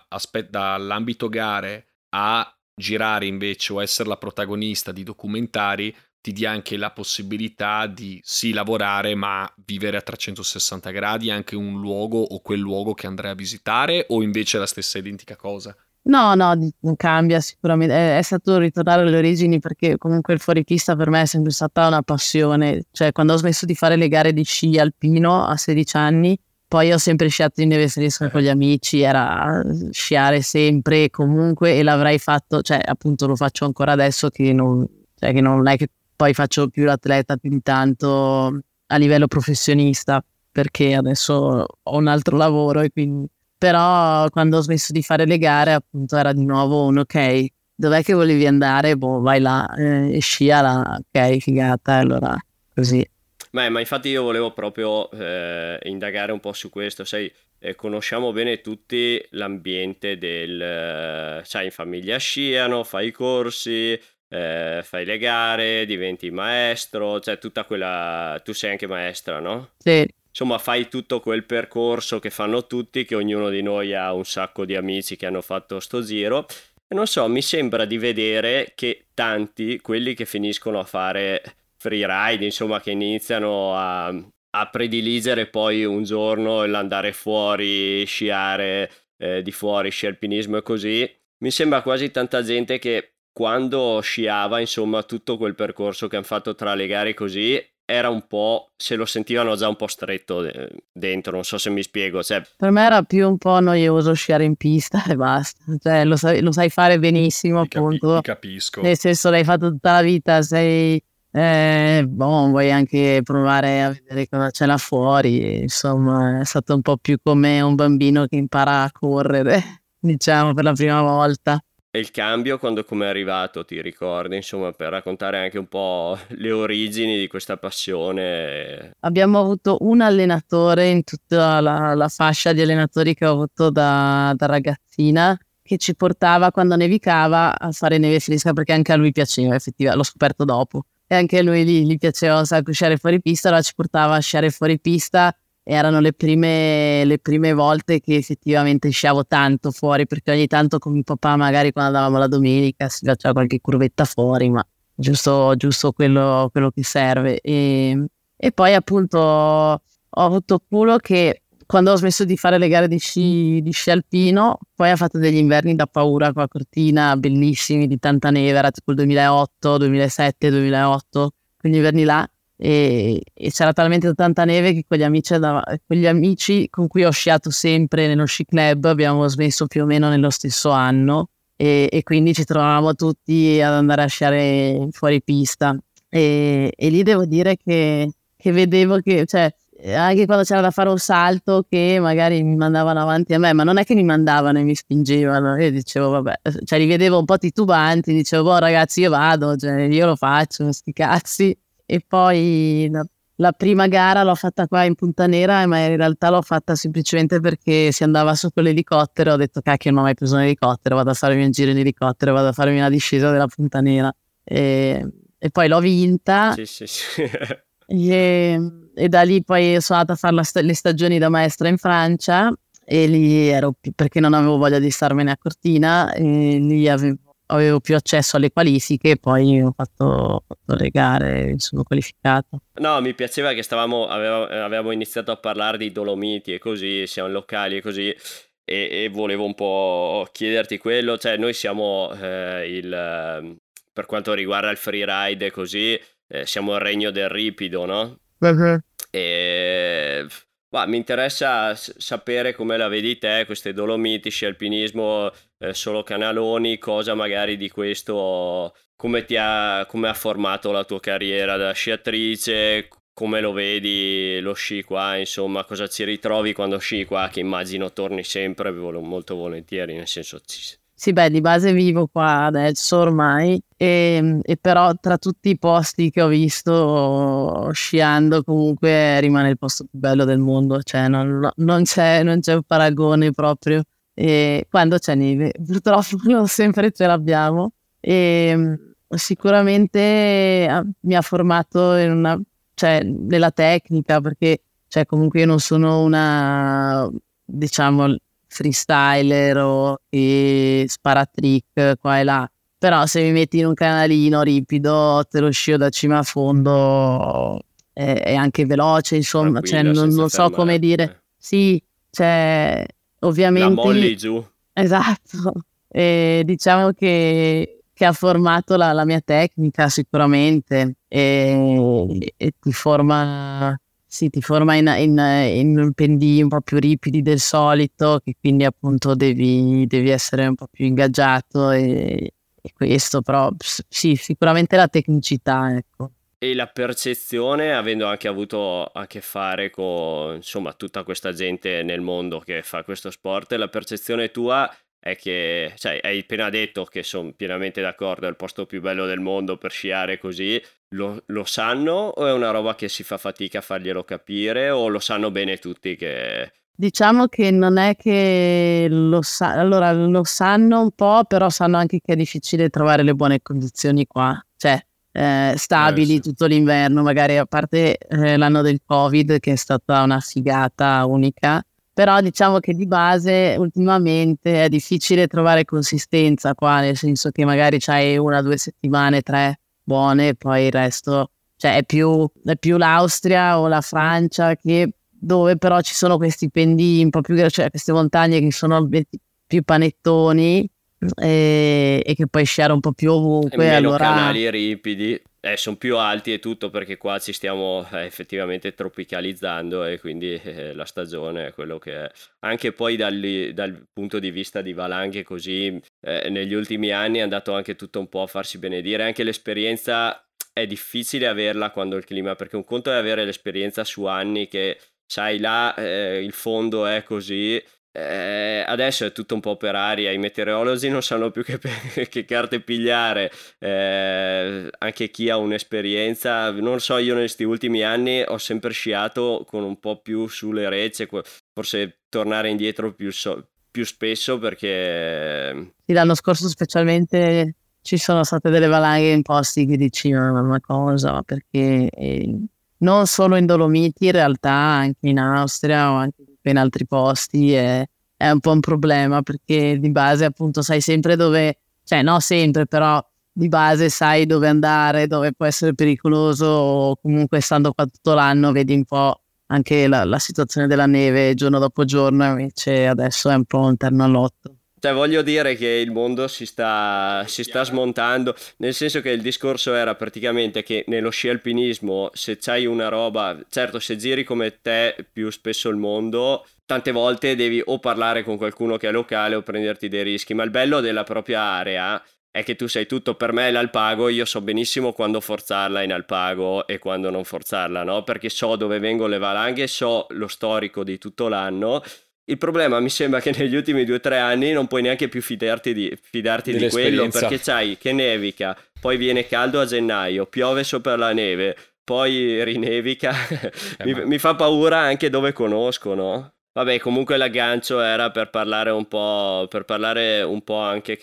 dall'ambito gare a girare invece o essere la protagonista di documentari ti dia anche la possibilità di sì lavorare ma vivere a 360 gradi anche un luogo o quel luogo che andrai a visitare, o invece è la stessa identica cosa? No, non cambia sicuramente, è stato ritornare alle origini, perché comunque il fuoripista per me è sempre stata una passione. Cioè quando ho smesso di fare le gare di sci alpino a 16 anni, poi ho sempre sciato in neve fresca con gli amici, era sciare sempre comunque, e l'avrei fatto, cioè appunto lo faccio ancora adesso che non è che poi faccio più l'atleta più di tanto a livello professionista, perché adesso ho un altro lavoro e quindi. Però quando ho smesso di fare le gare appunto era di nuovo ok, dov'è che volevi andare? Boh, vai là e scia là, ok, figata, allora così. Ma infatti io volevo proprio indagare un po' su questo, sai, conosciamo bene tutti l'ambiente del, sai, in famiglia sciano, fai i corsi, fai le gare, diventi maestro, cioè tutta quella, tu sei anche maestra, no? Sì. Insomma, fai tutto quel percorso che fanno tutti, che ognuno di noi ha un sacco di amici che hanno fatto sto giro. E non so, mi sembra di vedere che tanti, quelli che finiscono a fare freeride, insomma, che iniziano a prediligere poi un giorno l'andare fuori, sciare di fuori, sci alpinismo e così, mi sembra quasi tanta gente che quando sciava, insomma, tutto quel percorso che hanno fatto tra le gare così, era un po', se lo sentivano già un po' stretto dentro, non so se mi spiego. Cioè, per me era più un po' noioso sciare in pista e basta, cioè lo sai fare benissimo, appunto. Ti capisco. Nel senso, l'hai fatto tutta la vita, sei vuoi anche provare a vedere cosa c'è là fuori, insomma è stato un po' più come un bambino che impara a correre, diciamo, per la prima volta. E il cambio quando come è arrivato, ti ricordi, insomma, per raccontare anche un po' le origini di questa passione? Abbiamo avuto un allenatore in tutta la fascia di allenatori che ho avuto da ragazzina, che ci portava quando nevicava a fare neve fresca, perché anche a lui piaceva, effettivamente, l'ho scoperto dopo, e anche a lui gli piaceva un sacco sciare fuori pista, allora ci portava a sciare fuori pista. Erano le prime volte che effettivamente sciavo tanto fuori, perché ogni tanto con mio papà magari quando andavamo la domenica si faceva qualche curvetta fuori, ma giusto quello che serve. E poi appunto ho avuto culo che quando ho smesso di fare le gare di sci alpino, poi ha fatto degli inverni da paura qua a Cortina, bellissimi, di tanta neve, era tipo il 2008, 2007, 2008, quegli inverni là. E c'era talmente tanta neve che quegli amici con cui ho sciato sempre nello sci club abbiamo smesso più o meno nello stesso anno, e quindi ci trovavamo tutti ad andare a sciare fuori pista e lì devo dire che vedevo che, cioè, anche quando c'era da fare un salto che magari mi mandavano avanti a me, ma non è che mi mandavano e mi spingevano, io dicevo vabbè, cioè li vedevo un po' titubanti, dicevo boh ragazzi io vado, cioè, io lo faccio, sti cazzi. E poi la prima gara l'ho fatta qua in Punta Nera, ma in realtà l'ho fatta semplicemente perché si andava su con l'elicottero, ho detto cacchio non ho mai preso un elicottero, vado a farmi un giro in elicottero, vado a farmi una discesa della Punta Nera e poi l'ho vinta. Sì. E da lì poi sono andata a fare le stagioni da maestra in Francia e lì ero perché non avevo voglia di starmene a Cortina e lì avevo più accesso alle qualifiche e poi ho fatto le gare, mi sono qualificato. No, mi piaceva che avevamo iniziato a parlare di Dolomiti e così, siamo locali e così, e volevo un po' chiederti quello, cioè noi siamo per quanto riguarda il freeride e così, siamo il regno del ripido, no? Uh-huh. E mi interessa sapere come la vedi te, queste Dolomiti, sci alpinismo, solo canaloni, cosa magari di questo, come ha formato la tua carriera da sciatrice, come lo vedi lo sci qua, insomma, cosa ci ritrovi quando sci qua, che immagino torni sempre molto volentieri, nel senso... Sì, beh, di base vivo qua adesso ormai e però tra tutti i posti che ho visto sciando comunque rimane il posto più bello del mondo, cioè non c'è un paragone proprio. E quando c'è neve, purtroppo non sempre ce l'abbiamo e sicuramente mi ha formato cioè, nella tecnica perché cioè, comunque io non sono una, diciamo, freestyler o sparatrick qua e là, però se mi metti in un canalino ripido te lo scio da cima a fondo è anche veloce, insomma, cioè, non so come dire. Sì, cioè ovviamente la molli giù, esatto, e diciamo che ha formato la mia tecnica sicuramente e ti forma. Sì, ti forma in pendii un po' più ripidi del solito, che quindi appunto devi essere un po' più ingaggiato e questo, però sì, sicuramente la tecnicità, ecco. E la percezione, avendo anche avuto a che fare con, insomma, tutta questa gente nel mondo che fa questo sport, la percezione tua è che, cioè, hai appena detto che sono pienamente d'accordo, è il posto più bello del mondo per sciare così, lo sanno o è una roba che si fa fatica a farglielo capire o lo sanno bene tutti che... Diciamo che non è che allora lo sanno un po', però sanno anche che è difficile trovare le buone condizioni qua, cioè stabili sì. Tutto l'inverno, magari a parte l'anno del Covid che è stata una figata unica. Però diciamo che di base ultimamente è difficile trovare consistenza qua, nel senso che magari c'hai 1 o 2 settimane, 3 buone, poi il resto, cioè è più l'Austria o la Francia dove però ci sono questi pendii un po' più, cioè queste montagne che sono più panettoni e che puoi sciare un po' più ovunque. Meno allora... canali ripidi. Sono più alti e tutto perché qua ci stiamo effettivamente tropicalizzando e quindi la stagione è quello che è. Anche poi dal punto di vista di valanghe così, negli ultimi anni è andato anche tutto un po' a farsi benedire. Anche l'esperienza è difficile averla quando il clima, perché un conto è avere l'esperienza su anni che sai là il fondo è così. Adesso è tutto un po' per aria, i meteorologi non sanno più che carte pigliare, anche chi ha un'esperienza, non so, io in questi ultimi anni ho sempre sciato con un po' più sulle recce, forse tornare indietro più spesso perché... Sì, l'anno scorso specialmente ci sono state delle valanghe in posti che dicevano una cosa, perché non solo in Dolomiti, in realtà anche in Austria o anche in altri posti è un po' un problema, perché di base appunto sai sempre dove, cioè no sempre, però di base sai dove andare, dove può essere pericoloso, o comunque stando qua tutto l'anno vedi un po' anche la situazione della neve giorno dopo giorno, invece adesso è un po' un terno al lotto. Cioè, voglio dire che il mondo si sta smontando, nel senso che il discorso era praticamente che nello sci alpinismo, se c'hai una roba, certo, se giri come te più spesso il mondo, tante volte devi o parlare con qualcuno che è locale o prenderti dei rischi, ma il bello della propria area è che tu sai tutto. Per me l'Alpago, io so benissimo quando forzarla in Alpago e quando non forzarla, no? Perché so dove vengono le valanghe, so lo storico di tutto l'anno. Il problema mi sembra che negli ultimi 2 o 3 anni non puoi neanche più fidarti di quello, perché c'hai che nevica, poi viene caldo a gennaio, piove sopra la neve, poi rinevica. Mi fa paura anche dove conosco, no? Vabbè, comunque l'aggancio era per parlare un po' anche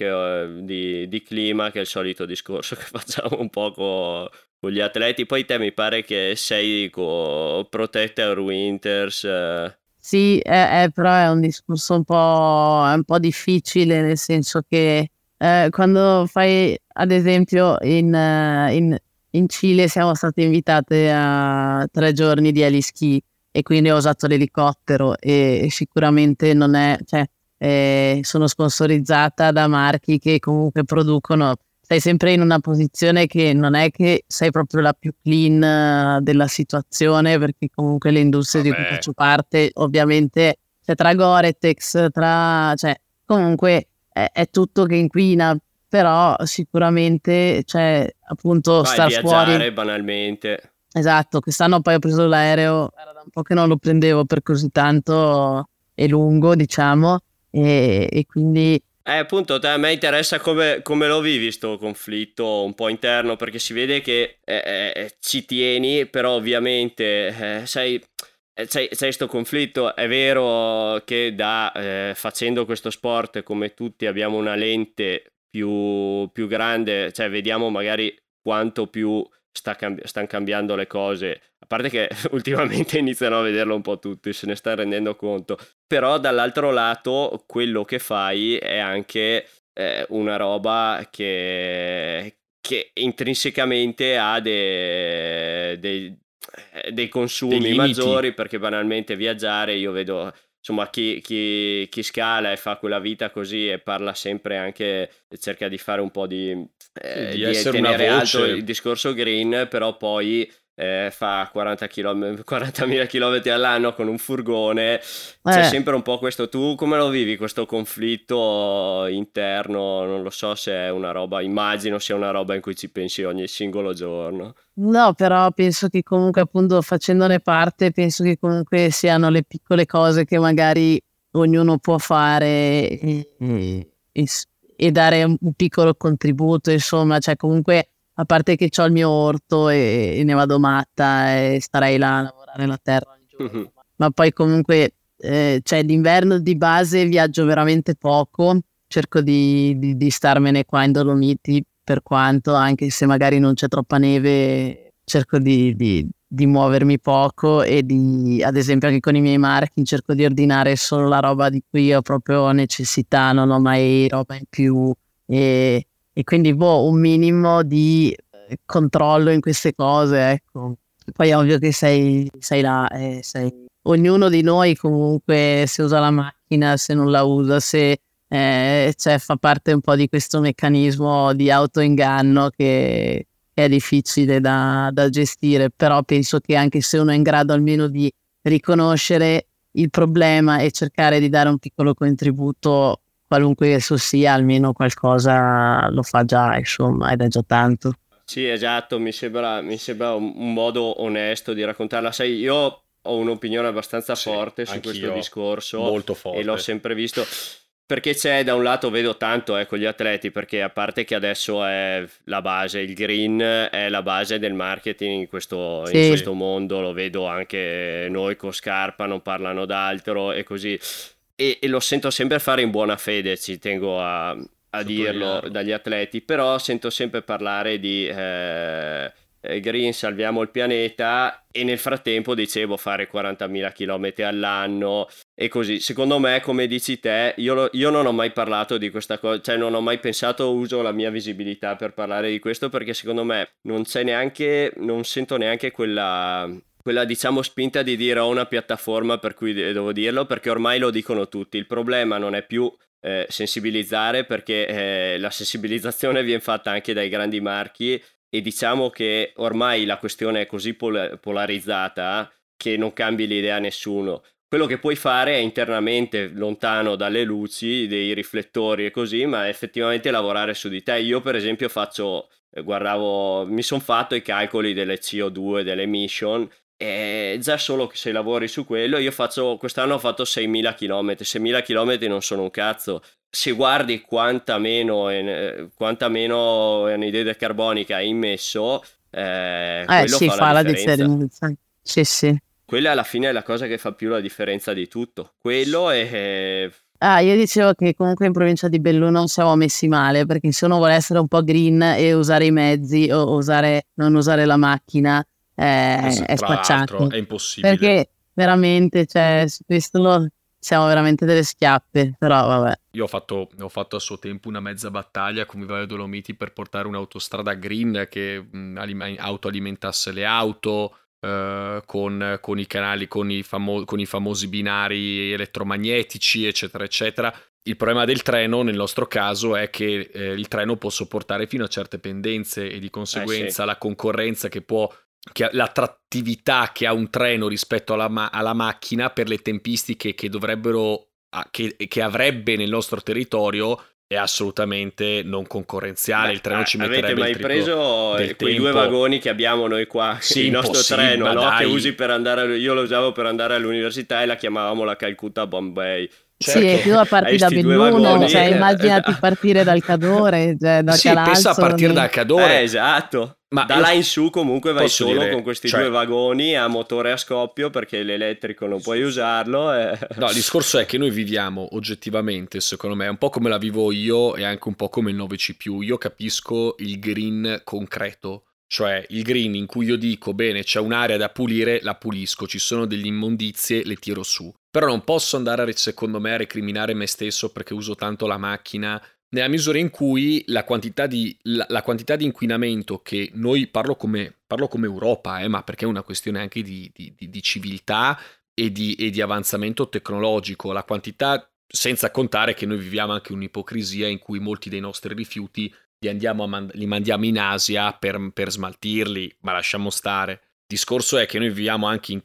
di clima, che è il solito discorso che facciamo un po' con gli atleti. Poi te mi pare che sei con Protector Winters. Sì, però è un discorso è un po' difficile, nel senso che quando fai, ad esempio, in Cile siamo state invitate a 3 giorni di heliski e quindi ho usato l'elicottero e sicuramente non è, cioè, sono sponsorizzata da marchi che comunque producono. Sei sempre in una posizione che non è che sei proprio la più clean della situazione, perché comunque le industrie di cui faccio parte, ovviamente, cioè, tra Gore-Tex, cioè, comunque è tutto che inquina, però sicuramente, cioè, appunto, star viaggiare fuori banalmente. Esatto, quest'anno poi ho preso l'aereo, era da un po' che non lo prendevo per così tanto e lungo, diciamo, e quindi... Appunto, a me interessa come lo vivi sto conflitto un po' interno, perché si vede che ci tieni, però ovviamente c'hai sto conflitto. È vero che facendo questo sport, come tutti, abbiamo una lente più grande, cioè vediamo magari quanto più stanno cambiando le cose, a parte che ultimamente iniziano a vederlo un po' tutti, se ne stanno rendendo conto, però dall'altro lato quello che fai è anche una roba che intrinsecamente ha dei consumi maggiori, perché banalmente viaggiare, io vedo insomma chi scala e fa quella vita così e parla sempre, anche cerca di fare un po' di essere tenere una voce. alto il discorso green, però poi fa 40.000 km all'anno con un furgone. C'è sempre un po' questo. Tu come lo vivi questo conflitto interno? Non lo so se è una roba, immagino sia una roba in cui ci pensi ogni singolo giorno. No, però penso che comunque, appunto, facendone parte, penso che comunque siano le piccole cose che magari ognuno può fare e dare un piccolo contributo, insomma, cioè comunque, a parte che ho il mio orto e ne vado matta e starei là a lavorare la terra ogni giorno, ma poi comunque cioè d'inverno di base viaggio veramente poco, cerco di starmene qua in Dolomiti, per quanto, anche se magari non c'è troppa neve, cerco di muovermi poco e ad esempio anche con i miei marchi cerco di ordinare solo la roba di cui ho proprio necessità, non ho mai roba in più e quindi un minimo di controllo in queste cose, ecco. Poi è ovvio che sei là, ognuno di noi comunque, se usa la macchina, se non la usa, se cioè fa parte un po' di questo meccanismo di autoinganno che è difficile da gestire, però penso che anche se uno è in grado almeno di riconoscere il problema e cercare di dare un piccolo contributo, qualunque esso sia, almeno qualcosa lo fa già, insomma, ed è già tanto. Sì, esatto, mi sembra un modo onesto di raccontarla. Sai, io ho un'opinione abbastanza forte su questo discorso, molto forte, e l'ho sempre visto. Perché c'è, da un lato vedo tanto con gli atleti, perché a parte che adesso è la base, il green è la base del marketing in questo mondo, lo vedo anche noi con Scarpa, non parlano d'altro e così, e lo sento sempre fare in buona fede, ci tengo a dirlo, dagli atleti, però sento sempre parlare di green, salviamo il pianeta, e nel frattempo dicevo fare 40.000 km all'anno e così. Secondo me, come dici te, io non ho mai parlato di questa cosa, cioè non ho mai pensato, uso la mia visibilità per parlare di questo, perché secondo me non sento neanche quella diciamo spinta di dire ho una piattaforma per cui devo dirlo, perché ormai lo dicono tutti. Il problema non è più sensibilizzare, perché la sensibilizzazione viene fatta anche dai grandi marchi, e diciamo che ormai la questione è così polarizzata che non cambi l'idea a nessuno. Quello che puoi fare è internamente, lontano dalle luci, dei riflettori e così, ma effettivamente lavorare su di te. Io per esempio mi sono fatto i calcoli delle CO2, delle emission, e già solo che se lavori su quello, quest'anno ho fatto 6.000 km. 6.000 km non sono un cazzo. Se guardi quanta meno anidride carbonica hai immesso, quello sì, fa la differenza. Sì. Quella alla fine è la cosa che fa più la differenza di tutto. Quello è... Io dicevo che comunque in provincia di Belluno siamo messi male, perché se uno vuole essere un po' green e usare i mezzi o non usare la macchina, è spacciato. È impossibile. Perché veramente, cioè, su questo siamo veramente delle schiappe, però vabbè. Io ho fatto a suo tempo una mezza battaglia con Vivaio Dolomiti per portare un'autostrada green che autoalimentasse le auto, con i canali, con i famosi binari elettromagnetici, eccetera, eccetera. Il problema del treno, nel nostro caso, è che il treno può sopportare fino a certe pendenze, e di conseguenza la concorrenza l'attrattività che ha un treno rispetto alla macchina per le tempistiche che avrebbe nel nostro territorio è assolutamente non concorrenziale. Il treno ci metterebbe il triplo. Avete mai preso quei 2 vagoni che abbiamo noi qua? Sì, il nostro treno, no? Che usi per andare, io lo usavo per andare all'università e la chiamavamo la Calcutta Bombay. Certo. Sì, più a partire da Belluno, cioè immaginati partire dal Cadore, da pensa a partire dal Cadore. Esatto. Ma da là in su comunque vai solo con questi 2 vagoni a motore a scoppio, perché l'elettrico non puoi usarlo. No, il discorso è che noi viviamo oggettivamente, secondo me, un po' come la vivo io e anche un po' come il 9C+. Io capisco il green concreto, cioè il green in cui io dico, bene, c'è un'area da pulire, la pulisco, ci sono delle immondizie, le tiro su. Però non posso andare, secondo me, a recriminare me stesso perché uso tanto la macchina, nella misura in cui la quantità di inquinamento che noi, parlo come Europa, ma perché è una questione anche di civiltà e di avanzamento tecnologico, la quantità, senza contare che noi viviamo anche un'ipocrisia in cui molti dei nostri rifiuti li mandiamo in Asia per smaltirli, ma lasciamo stare. Il discorso è che noi viviamo anche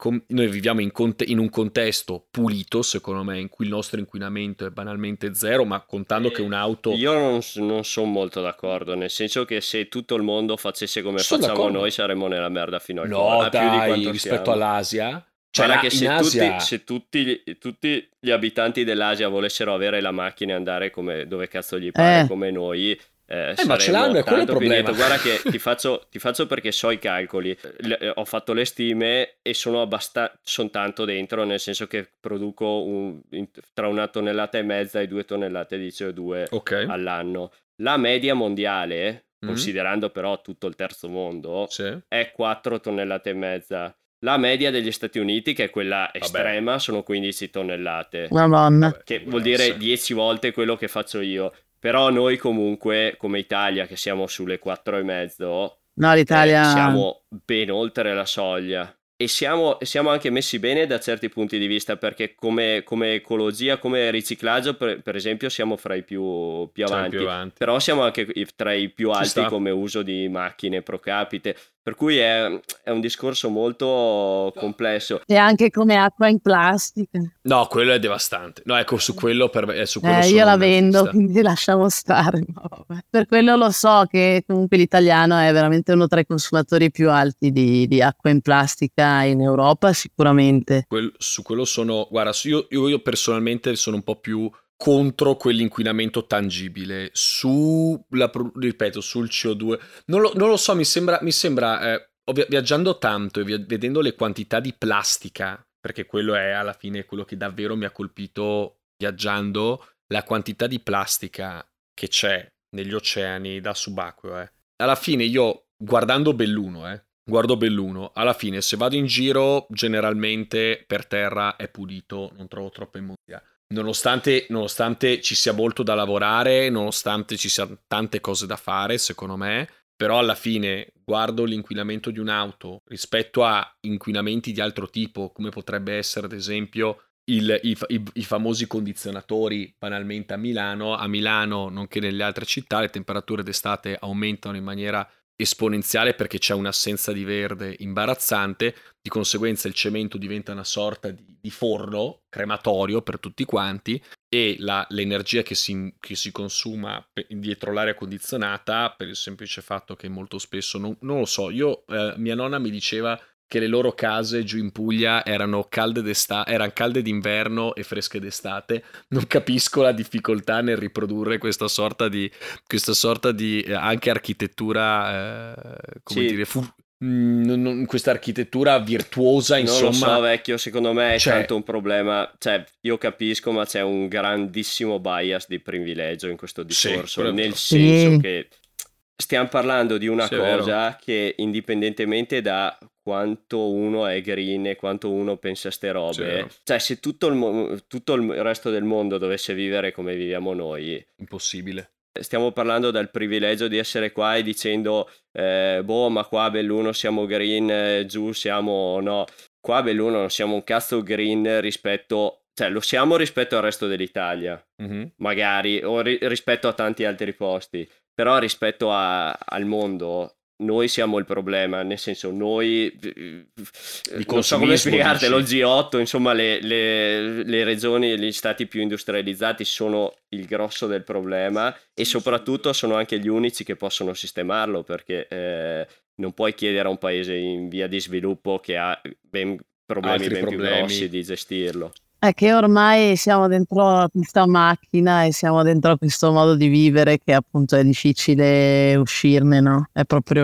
in un contesto pulito, secondo me, in cui il nostro inquinamento è banalmente zero, ma contando che un'auto... Io non sono molto d'accordo, nel senso che se tutto il mondo facesse come facciamo noi saremmo nella merda fino al cuore. No, dai, rispetto all'Asia... Cioè, che se tutti gli abitanti dell'Asia volessero avere la macchina e andare dove cazzo gli pare come noi... ma ce l'hanno, è quello il problema. Guarda che ti faccio perché so i calcoli, ho fatto le stime e sono tanto dentro, nel senso che produco tra 1,5 tonnellate e 2 tonnellate di CO2 all'anno. La media mondiale, considerando però tutto il terzo mondo, è 4 tonnellate e mezza. La media degli Stati Uniti, che è quella estrema, sono 15 tonnellate. Madonna. Che vuol dire 10 volte quello che faccio io. Però noi comunque, come Italia, che siamo sulle 4,5, no, l'Italia... siamo ben oltre la soglia. E siamo anche messi bene da certi punti di vista, perché come ecologia, come riciclaggio, per esempio, siamo fra i più avanti. Però siamo anche tra i più alti come uso di macchine pro capite. Per cui è un discorso molto complesso. E anche come acqua in plastica. No, quello è devastante. No, ecco, su quello io la vendo, quindi lasciamo stare. No, per quello lo so che comunque l'italiano è veramente uno tra i consumatori più alti di acqua in plastica in Europa, sicuramente. Su quello guarda, io personalmente sono un po' più contro quell'inquinamento tangibile. Ripeto, sul CO2 non lo so, mi sembra viaggiando tanto e vedendo le quantità di plastica, perché quello è alla fine quello che davvero mi ha colpito viaggiando, la quantità di plastica che c'è negli oceani da subacqueo. Alla fine io guardo Belluno, alla fine se vado in giro generalmente per terra è pulito, non trovo troppa immondizia. Nonostante ci sia molto da lavorare, nonostante ci siano tante cose da fare, secondo me, però alla fine guardo l'inquinamento di un'auto rispetto a inquinamenti di altro tipo, come potrebbe essere ad esempio i famosi condizionatori banalmente a Milano, nonché nelle altre città, le temperature d'estate aumentano in maniera esponenziale perché c'è un'assenza di verde imbarazzante, di conseguenza il cemento diventa una sorta di forno crematorio per tutti quanti, e l'energia che si consuma dietro l'aria condizionata, per il semplice fatto che molto spesso, non lo so, mia nonna mi diceva che le loro case giù in Puglia erano calde d'inverno e fresche d'estate. Non capisco la difficoltà nel riprodurre questa sorta di anche architettura, come dire, questa architettura virtuosa, insomma. Non lo so, vecchio, secondo me è tanto un problema, cioè io capisco, ma c'è un grandissimo bias di privilegio in questo discorso, nel senso che stiamo parlando di una cosa che, indipendentemente da quanto uno è green e quanto uno pensa a ste robe, cioè se tutto il resto del mondo dovesse vivere come viviamo noi, impossibile. Stiamo parlando del privilegio di essere qua e dicendo ma qua a Belluno siamo green, giù siamo no. Qua a Belluno non siamo un cazzo green rispetto, cioè lo siamo rispetto al resto dell'Italia, magari, o rispetto a tanti altri posti, però rispetto al mondo noi siamo il problema, nel senso noi, non so come spiegartelo, lo G8, insomma le regioni e gli stati più industrializzati sono il grosso del problema, e soprattutto sono anche gli unici che possono sistemarlo, perché non puoi chiedere a un paese in via di sviluppo che ha problemi più grossi di gestirlo. È che ormai siamo dentro questa macchina e siamo dentro questo modo di vivere che appunto è difficile uscirne, no? È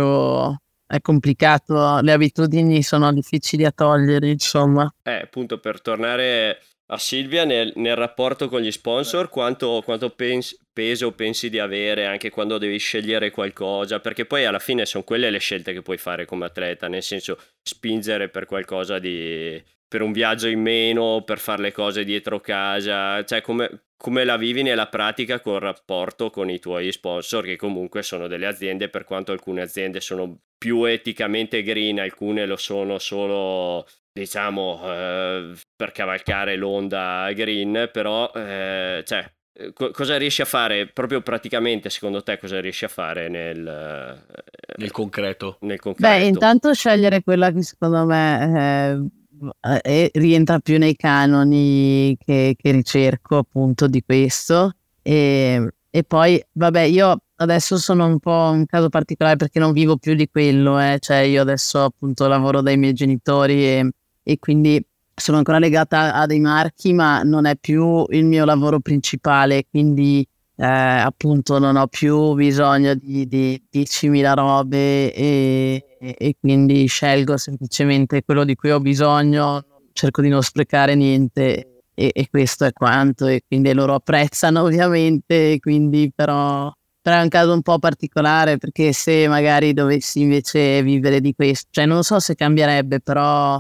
complicato, le abitudini sono difficili a togliere, insomma. Appunto, per tornare a Silvia, nel rapporto con gli sponsor, quanto peso pensi di avere anche quando devi scegliere qualcosa? Perché poi alla fine sono quelle le scelte che puoi fare come atleta, nel senso spingere per qualcosa per un viaggio in meno, per fare le cose dietro casa, cioè come la vivi nella pratica col rapporto con i tuoi sponsor, che comunque sono delle aziende, per quanto alcune aziende sono più eticamente green, alcune lo sono solo, diciamo, per cavalcare l'onda green, però cioè cosa riesci a fare proprio praticamente, secondo te? Cosa riesci a fare nel concreto? Beh, intanto scegliere quella che secondo me rientra più nei canoni che ricerco, appunto, di questo, e poi vabbè, io adesso sono un po' un caso particolare perché non vivo più di quello, cioè io adesso appunto lavoro dai miei genitori e quindi sono ancora legata a dei marchi, ma non è più il mio lavoro principale, quindi appunto non ho più bisogno di 10.000 robe e quindi scelgo semplicemente quello di cui ho bisogno, cerco di non sprecare niente e questo è quanto, e quindi loro apprezzano ovviamente, quindi però è un caso un po' particolare, perché se magari dovessi invece vivere di questo, cioè non so se cambierebbe, però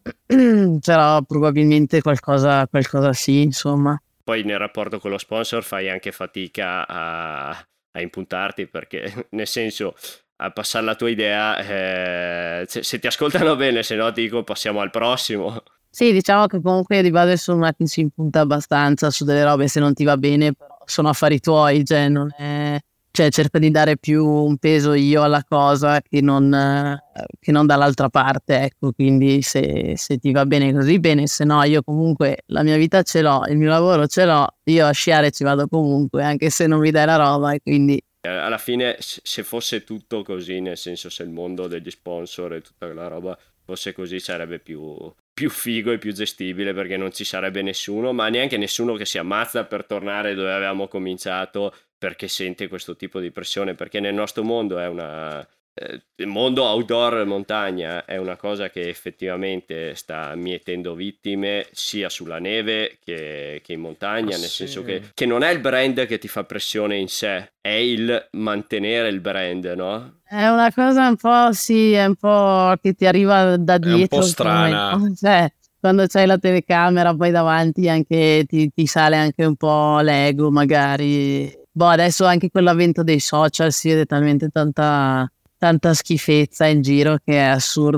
probabilmente qualcosa sì, insomma. Poi nel rapporto con lo sponsor fai anche fatica a impuntarti, perché nel senso, a passare la tua idea, se ti ascoltano bene, se no ti dico passiamo al prossimo. Sì, diciamo che comunque di base sono una che si impunta abbastanza su delle robe, se non ti va bene, però sono affari tuoi, cioè non è... Cioè cerco di dare più un peso io alla cosa che non dall'altra parte, ecco, quindi se ti va bene così bene, se no io comunque la mia vita ce l'ho, il mio lavoro ce l'ho, io a sciare ci vado comunque, anche se non mi dai la roba, e quindi... Alla fine se fosse tutto così, nel senso se il mondo degli sponsor e tutta quella roba fosse così, sarebbe più figo e più gestibile, perché non ci sarebbe nessuno, ma neanche nessuno che si ammazza per tornare dove avevamo cominciato, perché sente questo tipo di pressione, perché nel nostro mondo il mondo outdoor montagna è una cosa che effettivamente sta mietendo vittime sia sulla neve che in montagna, nel senso che non è il brand che ti fa pressione in sé, è il mantenere il brand, no? È una cosa un po', sì, è un po' che ti arriva da dietro. È un po' strana. Cioè, quando c'hai la telecamera poi davanti anche ti sale anche un po' l'ego magari. Adesso anche con l'avvento dei social si vede talmente tanta schifezza in giro che è assurdo.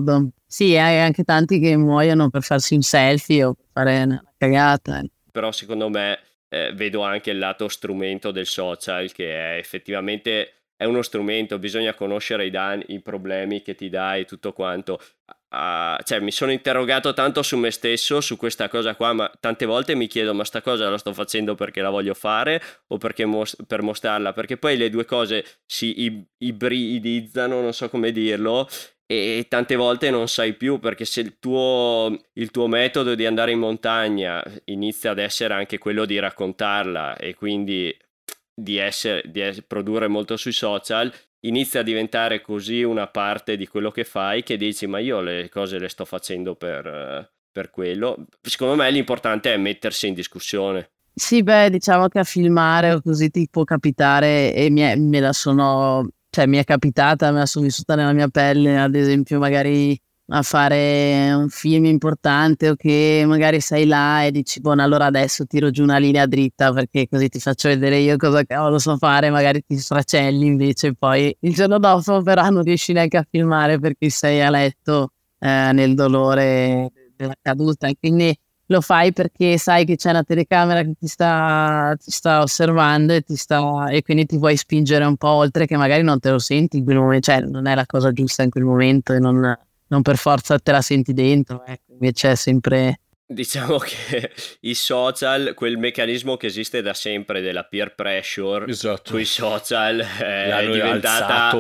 Sì, hai anche tanti che muoiono per farsi un selfie o per fare una cagata. Però secondo me vedo anche il lato strumento del social, che è effettivamente è uno strumento, bisogna conoscere i danni, i problemi che ti dà e tutto quanto. Cioè, mi sono interrogato tanto su me stesso, su questa cosa qua, ma tante volte mi chiedo, ma sta cosa la sto facendo perché la voglio fare o perché per mostrarla? Perché poi le due cose si ibridizzano, non so come dirlo, e tante volte non sai più, perché se il tuo metodo di andare in montagna inizia ad essere anche quello di raccontarla e quindi di produrre molto sui social, inizia a diventare così una parte di quello che fai che dici, ma io le cose le sto facendo per quello. Secondo me l'importante è mettersi in discussione. Sì, beh, diciamo che a filmare o così ti può capitare, e mi è capitata, me la sono vissuta nella mia pelle, ad esempio magari a fare un film importante o che magari sei là e dici, buono, allora adesso tiro giù una linea dritta perché così ti faccio vedere io cosa cavolo so fare, magari ti sfracelli, invece poi il giorno dopo però non riesci neanche a filmare perché sei a letto nel dolore della caduta, e quindi lo fai perché sai che c'è una telecamera che ti sta osservando e quindi ti vuoi spingere un po' oltre, che magari non te lo senti in quel momento, cioè non è la cosa giusta in quel momento e non per forza te la senti dentro, invece è sempre... Diciamo che i social, quel meccanismo che esiste da sempre della peer pressure, esatto, sui social è diventata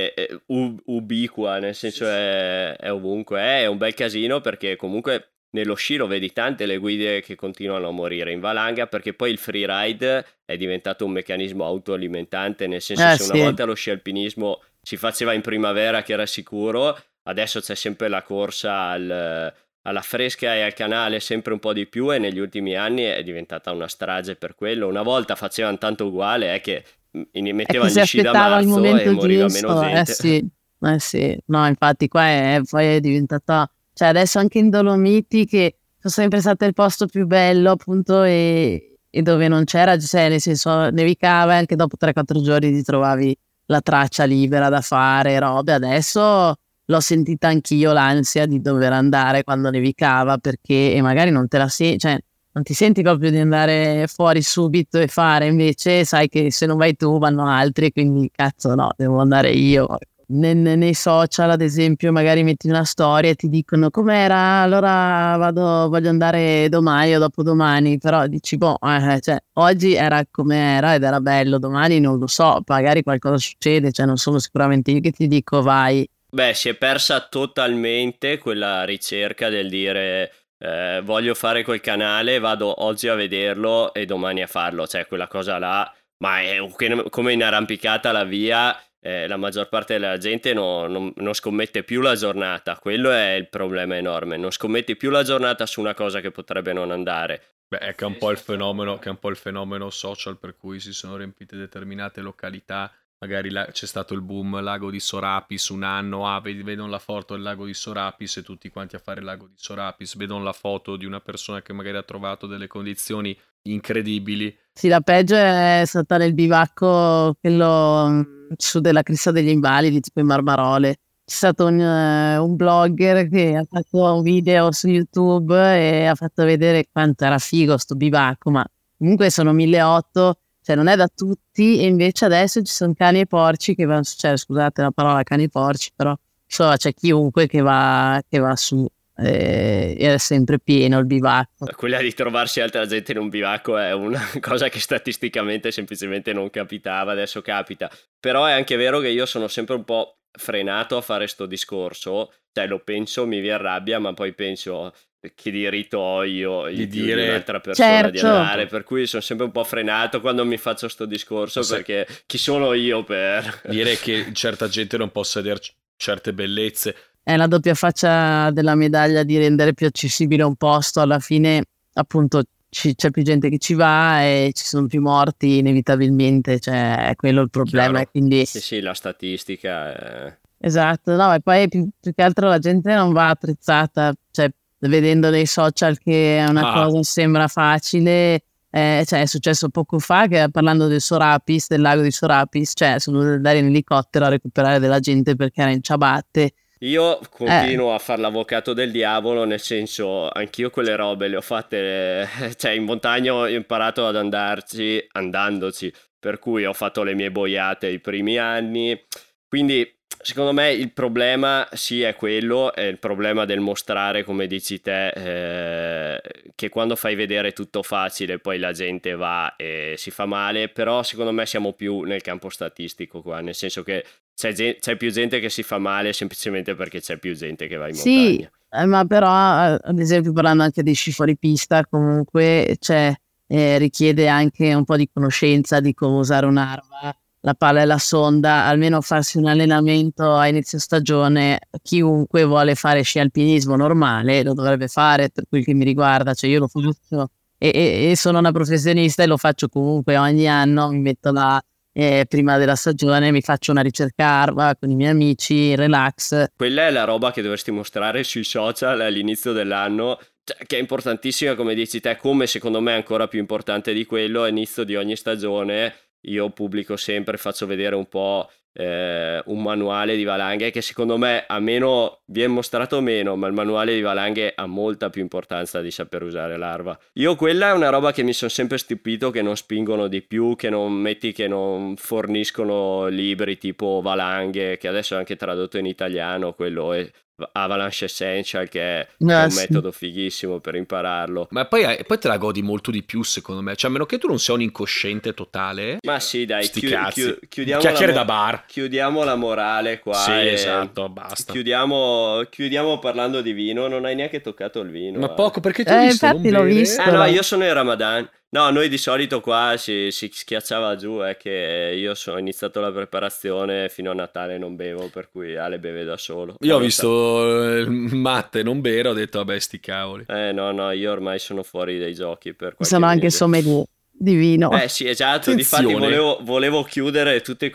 ubiqua, nel senso è ovunque, è un bel casino, perché comunque nello sci lo vedi tante le guide che continuano a morire in valanga, perché poi il freeride è diventato un meccanismo autoalimentante, nel senso se una volta lo sci alpinismo si faceva in primavera che era sicuro, adesso c'è sempre la corsa alla fresca e al canale sempre un po' di più, e negli ultimi anni è diventata una strage per quello. Una volta facevano tanto uguale che mettevano gli sci da marzo e moriva meno gente. Sì. No, infatti qua poi è diventata... Cioè adesso anche in Dolomiti, che sono sempre state il posto più bello appunto e dove non c'era, cioè nel senso nevicava e anche dopo 3-4 giorni ti trovavi la traccia libera da fare, robe. Adesso l'ho sentita anch'io l'ansia di dover andare quando nevicava, perché e magari non te la cioè non ti senti proprio di andare fuori subito e fare, invece sai che se non vai tu vanno altri, quindi cazzo no, devo andare io. Nei social ad esempio magari metti una storia e ti dicono com'era, allora voglio andare domani o dopodomani, però dici cioè, oggi era come era ed era bello, domani non lo so, magari qualcosa succede, cioè non sono sicuramente io che ti dico vai. Beh, si è persa totalmente quella ricerca del dire voglio fare quel canale, vado oggi a vederlo e domani a farlo, cioè quella cosa là, ma è come in arrampicata la via. La maggior parte della gente non scommette più la giornata, quello è il problema enorme, non scommetti più la giornata su una cosa che potrebbe non andare. Beh, è che è un po' il fenomeno social, per cui si sono riempite determinate località. Magari c'è stato il boom lago di Sorapis un anno, vedono la foto del lago di Sorapis e tutti quanti a fare il lago di Sorapis, vedono la foto di una persona che magari ha trovato delle condizioni incredibili. Sì, la peggio è stata nel bivacco, quello su della Crista degli Invalidi, tipo in Marmarole. C'è stato un blogger che ha fatto un video su YouTube e ha fatto vedere quanto era figo sto bivacco, ma comunque sono 1.800, cioè non è da tutti, e invece adesso ci sono cani e porci che vanno, cioè scusate la parola cani e porci, però insomma c'è chiunque che va su. È sempre pieno il bivacco. Quella di trovarsi altra gente in un bivacco è una cosa che statisticamente semplicemente non capitava, adesso capita. Però è anche vero che io sono sempre un po' frenato a fare sto discorso, cioè lo penso, mi vi arrabbia, ma poi penso che diritto ho io di dire un'altra persona, certo, di andare, per cui sono sempre un po' frenato quando mi faccio sto discorso, perché chi sono io per dire che certa gente non possa vedere certe bellezze. È la doppia faccia della medaglia di rendere più accessibile un posto. Alla fine appunto c'è più gente che ci va e ci sono più morti inevitabilmente, cioè è quello il problema. Chiaro. Quindi sì, la statistica è... Esatto, no, e poi più che altro la gente non va attrezzata, cioè vedendo nei social che è una cosa sembra facile, cioè è successo poco fa che parlando del Sorapis, del lago di Sorapis, cioè sono dovuti andare in elicottero a recuperare della gente perché era in ciabatte. Io continuo a fare l'avvocato del diavolo, nel senso, anch'io quelle robe le ho fatte, cioè in montagna ho imparato ad andandoci, per cui ho fatto le mie boiate i primi anni, quindi secondo me il problema sì è quello, è il problema del mostrare, come dici te, che quando fai vedere tutto facile poi la gente va e si fa male, però secondo me siamo più nel campo statistico qua, nel senso che c'è più gente che si fa male semplicemente perché c'è più gente che va in montagna. Sì, ma però ad esempio parlando anche dei sci fuori pista, comunque richiede anche un po' di conoscenza di come usare un'arma, la palla e la sonda, almeno farsi un allenamento a inizio stagione. Chiunque vuole fare sci alpinismo normale lo dovrebbe fare, per quel che mi riguarda, cioè io lo faccio e sono una professionista e lo faccio comunque ogni anno, mi metto là prima della stagione, mi faccio una ricerca arma con i miei amici, relax. Quella è la roba che dovresti mostrare sui social all'inizio dell'anno, che è importantissima, come dici te, come secondo me ancora più importante di quello, all'inizio di ogni stagione io pubblico sempre, faccio vedere un po' un manuale di valanghe che secondo me viene mostrato meno, ma il manuale di valanghe ha molta più importanza di saper usare l'arma. Io quella è una roba che mi sono sempre stupito che non spingono di più, che non forniscono libri tipo valanghe, che adesso è anche tradotto in italiano, quello è Avalanche Essential, che è un metodo fighissimo per impararlo. Ma poi te la godi molto di più, secondo me, cioè a meno che tu non sia un incosciente totale. Ma sì, dai, chiudiamo chiacchiere da bar. Chiudiamo la morale qua. Sì, esatto, basta. Chiudiamo parlando di vino. Non hai neanche toccato il vino. Ma poco, perché tu hai visto, infatti l'ho visto. No, io sono in Ramadan. No, noi di solito qua si schiacciava giù, è che io ho iniziato la preparazione, fino a Natale non bevo, per cui Ale beve da solo. Io ho visto il Matte non bere, ho detto vabbè sti cavoli. No, io ormai sono fuori dai giochi per qualche sono anche sommelier di vino. Sì, esatto, difatti volevo chiudere tutti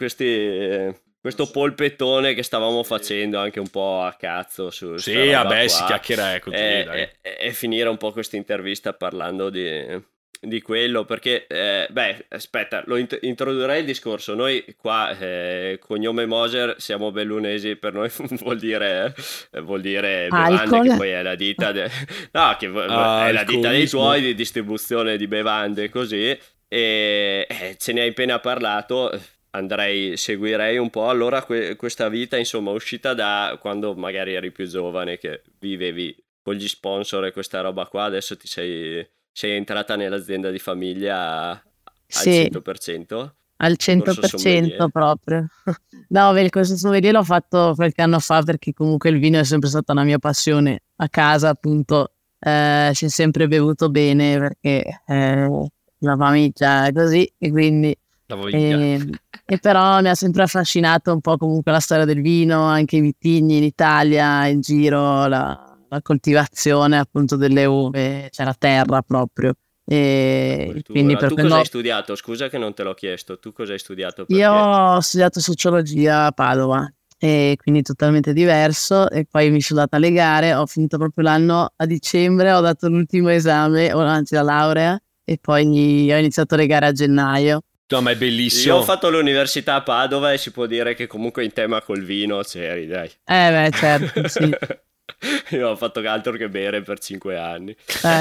questo polpettone che stavamo facendo anche un po' a cazzo su sì, vabbè, si chiacchiera così, dai. E finire un po' questa intervista parlando di quello, perché aspetta, lo introdurrei il discorso. Noi qua cognome Moser siamo bellunesi, per noi vuol dire bevande, che poi è la ditta è la ditta dei tuoi di distribuzione di bevande, così, e ce ne hai appena parlato. Seguirei un po' allora questa vita, insomma, uscita da quando magari eri più giovane, che vivevi con gli sponsor e questa roba qua, adesso ti sei entrata nell'azienda di famiglia al 100%? Al 100% proprio. No, il corso sommelier l'ho fatto qualche anno fa, perché comunque il vino è sempre stata una mia passione. A casa appunto si è sempre bevuto bene, perché la famiglia è così, e quindi e però mi ha sempre affascinato un po' comunque la storia del vino, anche i vitigni in Italia, in giro, la coltivazione appunto delle uve, cioè la terra proprio. E quindi tu cosa hai studiato? Scusa che non te l'ho chiesto, tu cosa hai studiato? Io ho studiato sociologia a Padova, e quindi totalmente diverso, e poi mi sono data alle gare, ho finito proprio l'anno a dicembre, ho dato l'ultimo esame, anzi la laurea, e poi ho iniziato le gare a gennaio. No, ma è bellissimo. Io ho fatto l'università a Padova e si può dire che comunque in tema col vino c'eri, dai. Certo, sì. Io ho fatto altro che bere per 5 anni.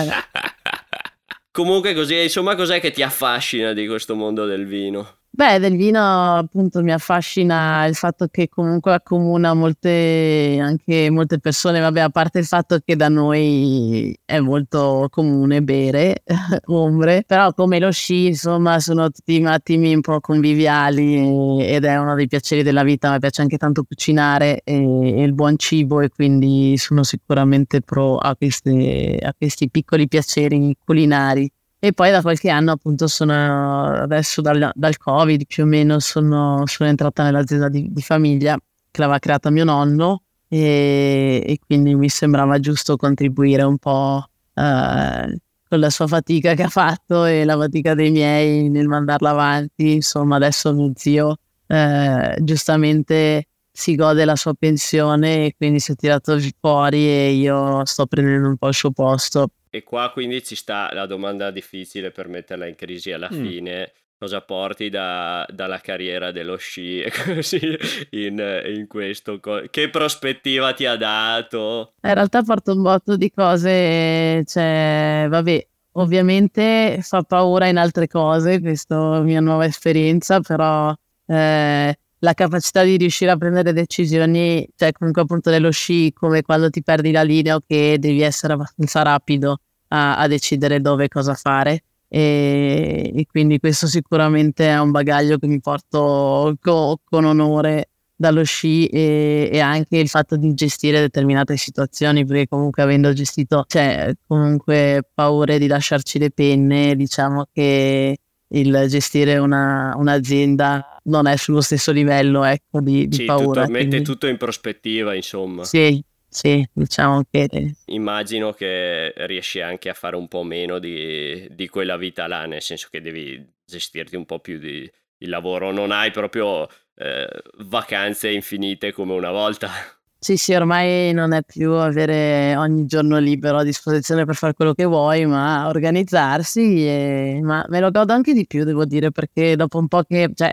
Comunque così, insomma, cos'è che ti affascina di questo mondo del vino? Del vino appunto mi affascina il fatto che comunque accomuna molte persone, vabbè, a parte il fatto che da noi è molto comune bere ombre, però come lo sci, insomma, sono tutti attimi un po' conviviali, ed è uno dei piaceri della vita. Mi piace anche tanto cucinare e il buon cibo, e quindi sono sicuramente pro a questi piccoli piaceri culinari. E poi da qualche anno appunto adesso dal Covid più o meno sono entrata nell'azienda di famiglia che l'aveva creata mio nonno, e quindi mi sembrava giusto contribuire un po' con la sua fatica che ha fatto e la fatica dei miei nel mandarla avanti. Insomma, adesso mio zio giustamente si gode la sua pensione, e quindi si è tirato fuori e io sto prendendo un po' il suo posto. E qua quindi ci sta la domanda difficile per metterla in crisi alla fine. cosa porti dalla carriera dello sci così in questo. Che prospettiva ti ha dato? In realtà porto un botto di cose, cioè, vabbè, ovviamente fa paura in altre cose, questa mia nuova esperienza, però la capacità di riuscire a prendere decisioni, cioè comunque appunto nello sci, come quando ti perdi la linea o che devi essere abbastanza rapido a decidere dove cosa fare. E quindi questo sicuramente è un bagaglio che mi porto con onore dallo sci, e anche il fatto di gestire determinate situazioni, perché comunque avendo gestito, cioè comunque paure di lasciarci le penne, diciamo che il gestire un'azienda non è sullo stesso livello, ecco, di paura. Mette quindi tutto in prospettiva, insomma. Sì, diciamo che immagino che riesci anche a fare un po' meno di quella vita là, nel senso che devi gestirti un po' più il lavoro, non hai proprio vacanze infinite come una volta. Sì, ormai non è più avere ogni giorno libero a disposizione per fare quello che vuoi, ma organizzarsi, ma me lo godo anche di più, devo dire, perché dopo un po' che, cioè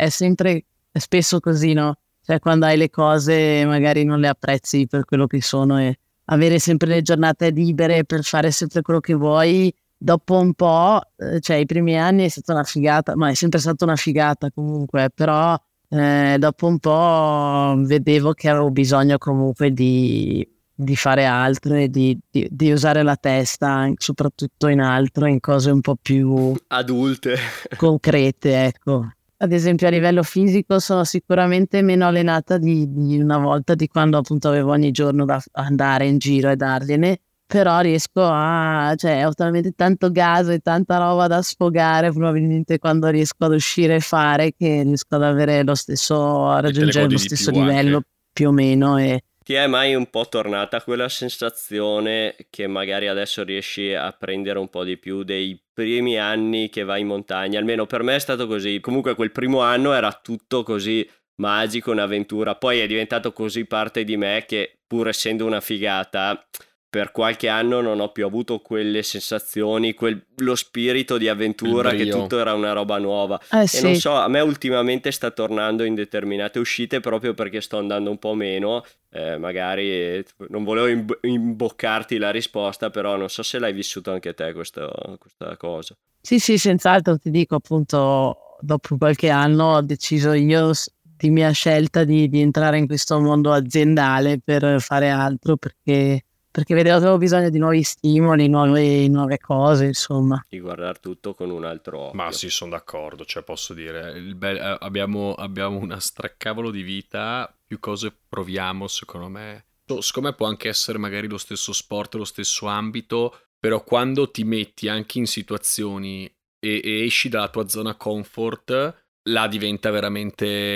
è spesso così, no? Cioè quando hai le cose magari non le apprezzi per quello che sono, e avere sempre le giornate libere per fare sempre quello che vuoi, dopo un po', cioè i primi anni è stata una figata, ma è sempre stata una figata comunque, però dopo un po' vedevo che avevo bisogno comunque di fare altro e di usare la testa, soprattutto in altro, in cose un po' più adulte, concrete, ecco. Ad esempio a livello fisico sono sicuramente meno allenata di una volta, di quando appunto avevo ogni giorno da andare in giro e dargliene, però riesco cioè ho talmente tanto gas e tanta roba da sfogare probabilmente quando riesco ad uscire e fare, che riesco ad avere a raggiungere lo stesso livello anche, più o meno. E ti è mai un po' tornata quella sensazione che magari adesso riesci a prendere un po' di più dei primi anni che vai in montagna? Almeno per me è stato così. Comunque quel primo anno era tutto così magico, un'avventura. Poi è diventato così parte di me che, pur essendo una figata, per qualche anno non ho più avuto quelle sensazioni, lo spirito di avventura, che tutto era una roba nuova. Sì. E non so, a me ultimamente sta tornando in determinate uscite, proprio perché sto andando un po' meno. Magari non volevo imboccarti la risposta, però non so se l'hai vissuto anche te questa cosa. Sì, senz'altro, ti dico, appunto, dopo qualche anno ho deciso io di mia scelta di entrare in questo mondo aziendale per fare altro, perché vedevo che avevo bisogno di nuovi stimoli, nuove cose, insomma. Di guardare tutto con un altro occhio. Ma sì, sono d'accordo, cioè posso dire, abbiamo una straccavolo di vita, più cose proviamo, secondo me. Secondo me può anche essere magari lo stesso sport, lo stesso ambito, però quando ti metti anche in situazioni e esci dalla tua zona comfort, la diventa veramente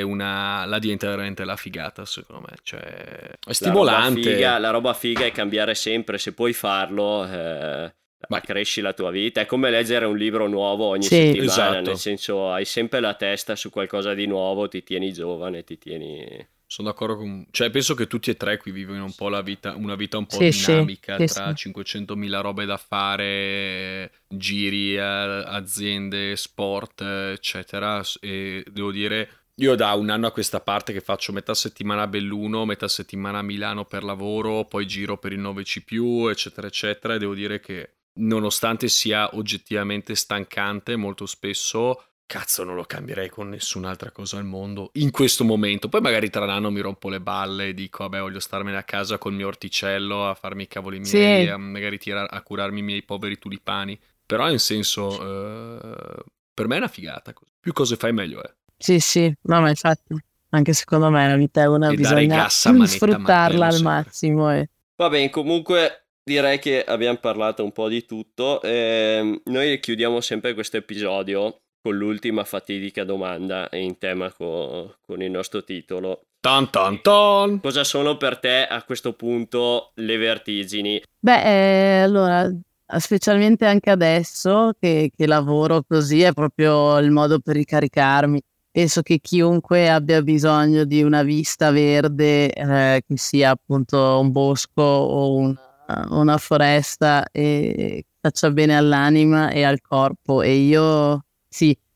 la figata, secondo me, cioè è stimolante. La roba figa è cambiare sempre, se puoi farlo, ma cresci la tua vita. È come leggere un libro nuovo ogni settimana, esatto. Nel senso, hai sempre la testa su qualcosa di nuovo, ti tieni giovane, Sono d'accordo cioè penso che tutti e tre qui vivono un po' una vita un po' dinamica, tra 500.000 robe da fare, giri, aziende, sport, eccetera. E devo dire, io da un anno a questa parte che faccio metà settimana a Belluno, metà settimana a Milano per lavoro, poi giro per il 9C+, eccetera, eccetera, e devo dire che nonostante sia oggettivamente stancante molto spesso, cazzo, non lo cambierei con nessun'altra cosa al mondo in questo momento. Poi magari tra un anno mi rompo le balle e dico vabbè, voglio starmene a casa col mio orticello a farmi i cavoli miei, a magari a curarmi i miei poveri tulipani. Però in senso, per me è una figata. Più cose fai meglio è. Sì, no, ma infatti anche secondo me la vita è una, bisogna sfruttarla al massimo. Va bene, comunque direi che abbiamo parlato un po' di tutto. Noi chiudiamo sempre questo episodio con l'ultima fatidica domanda in tema con il nostro titolo. Tan tan tan. Cosa sono per te a questo punto le vertigini? Allora, specialmente anche adesso che lavoro così, è proprio il modo per ricaricarmi. Penso che chiunque abbia bisogno di una vista verde, che sia appunto un bosco o una foresta, e faccia bene all'anima e al corpo. E io sì,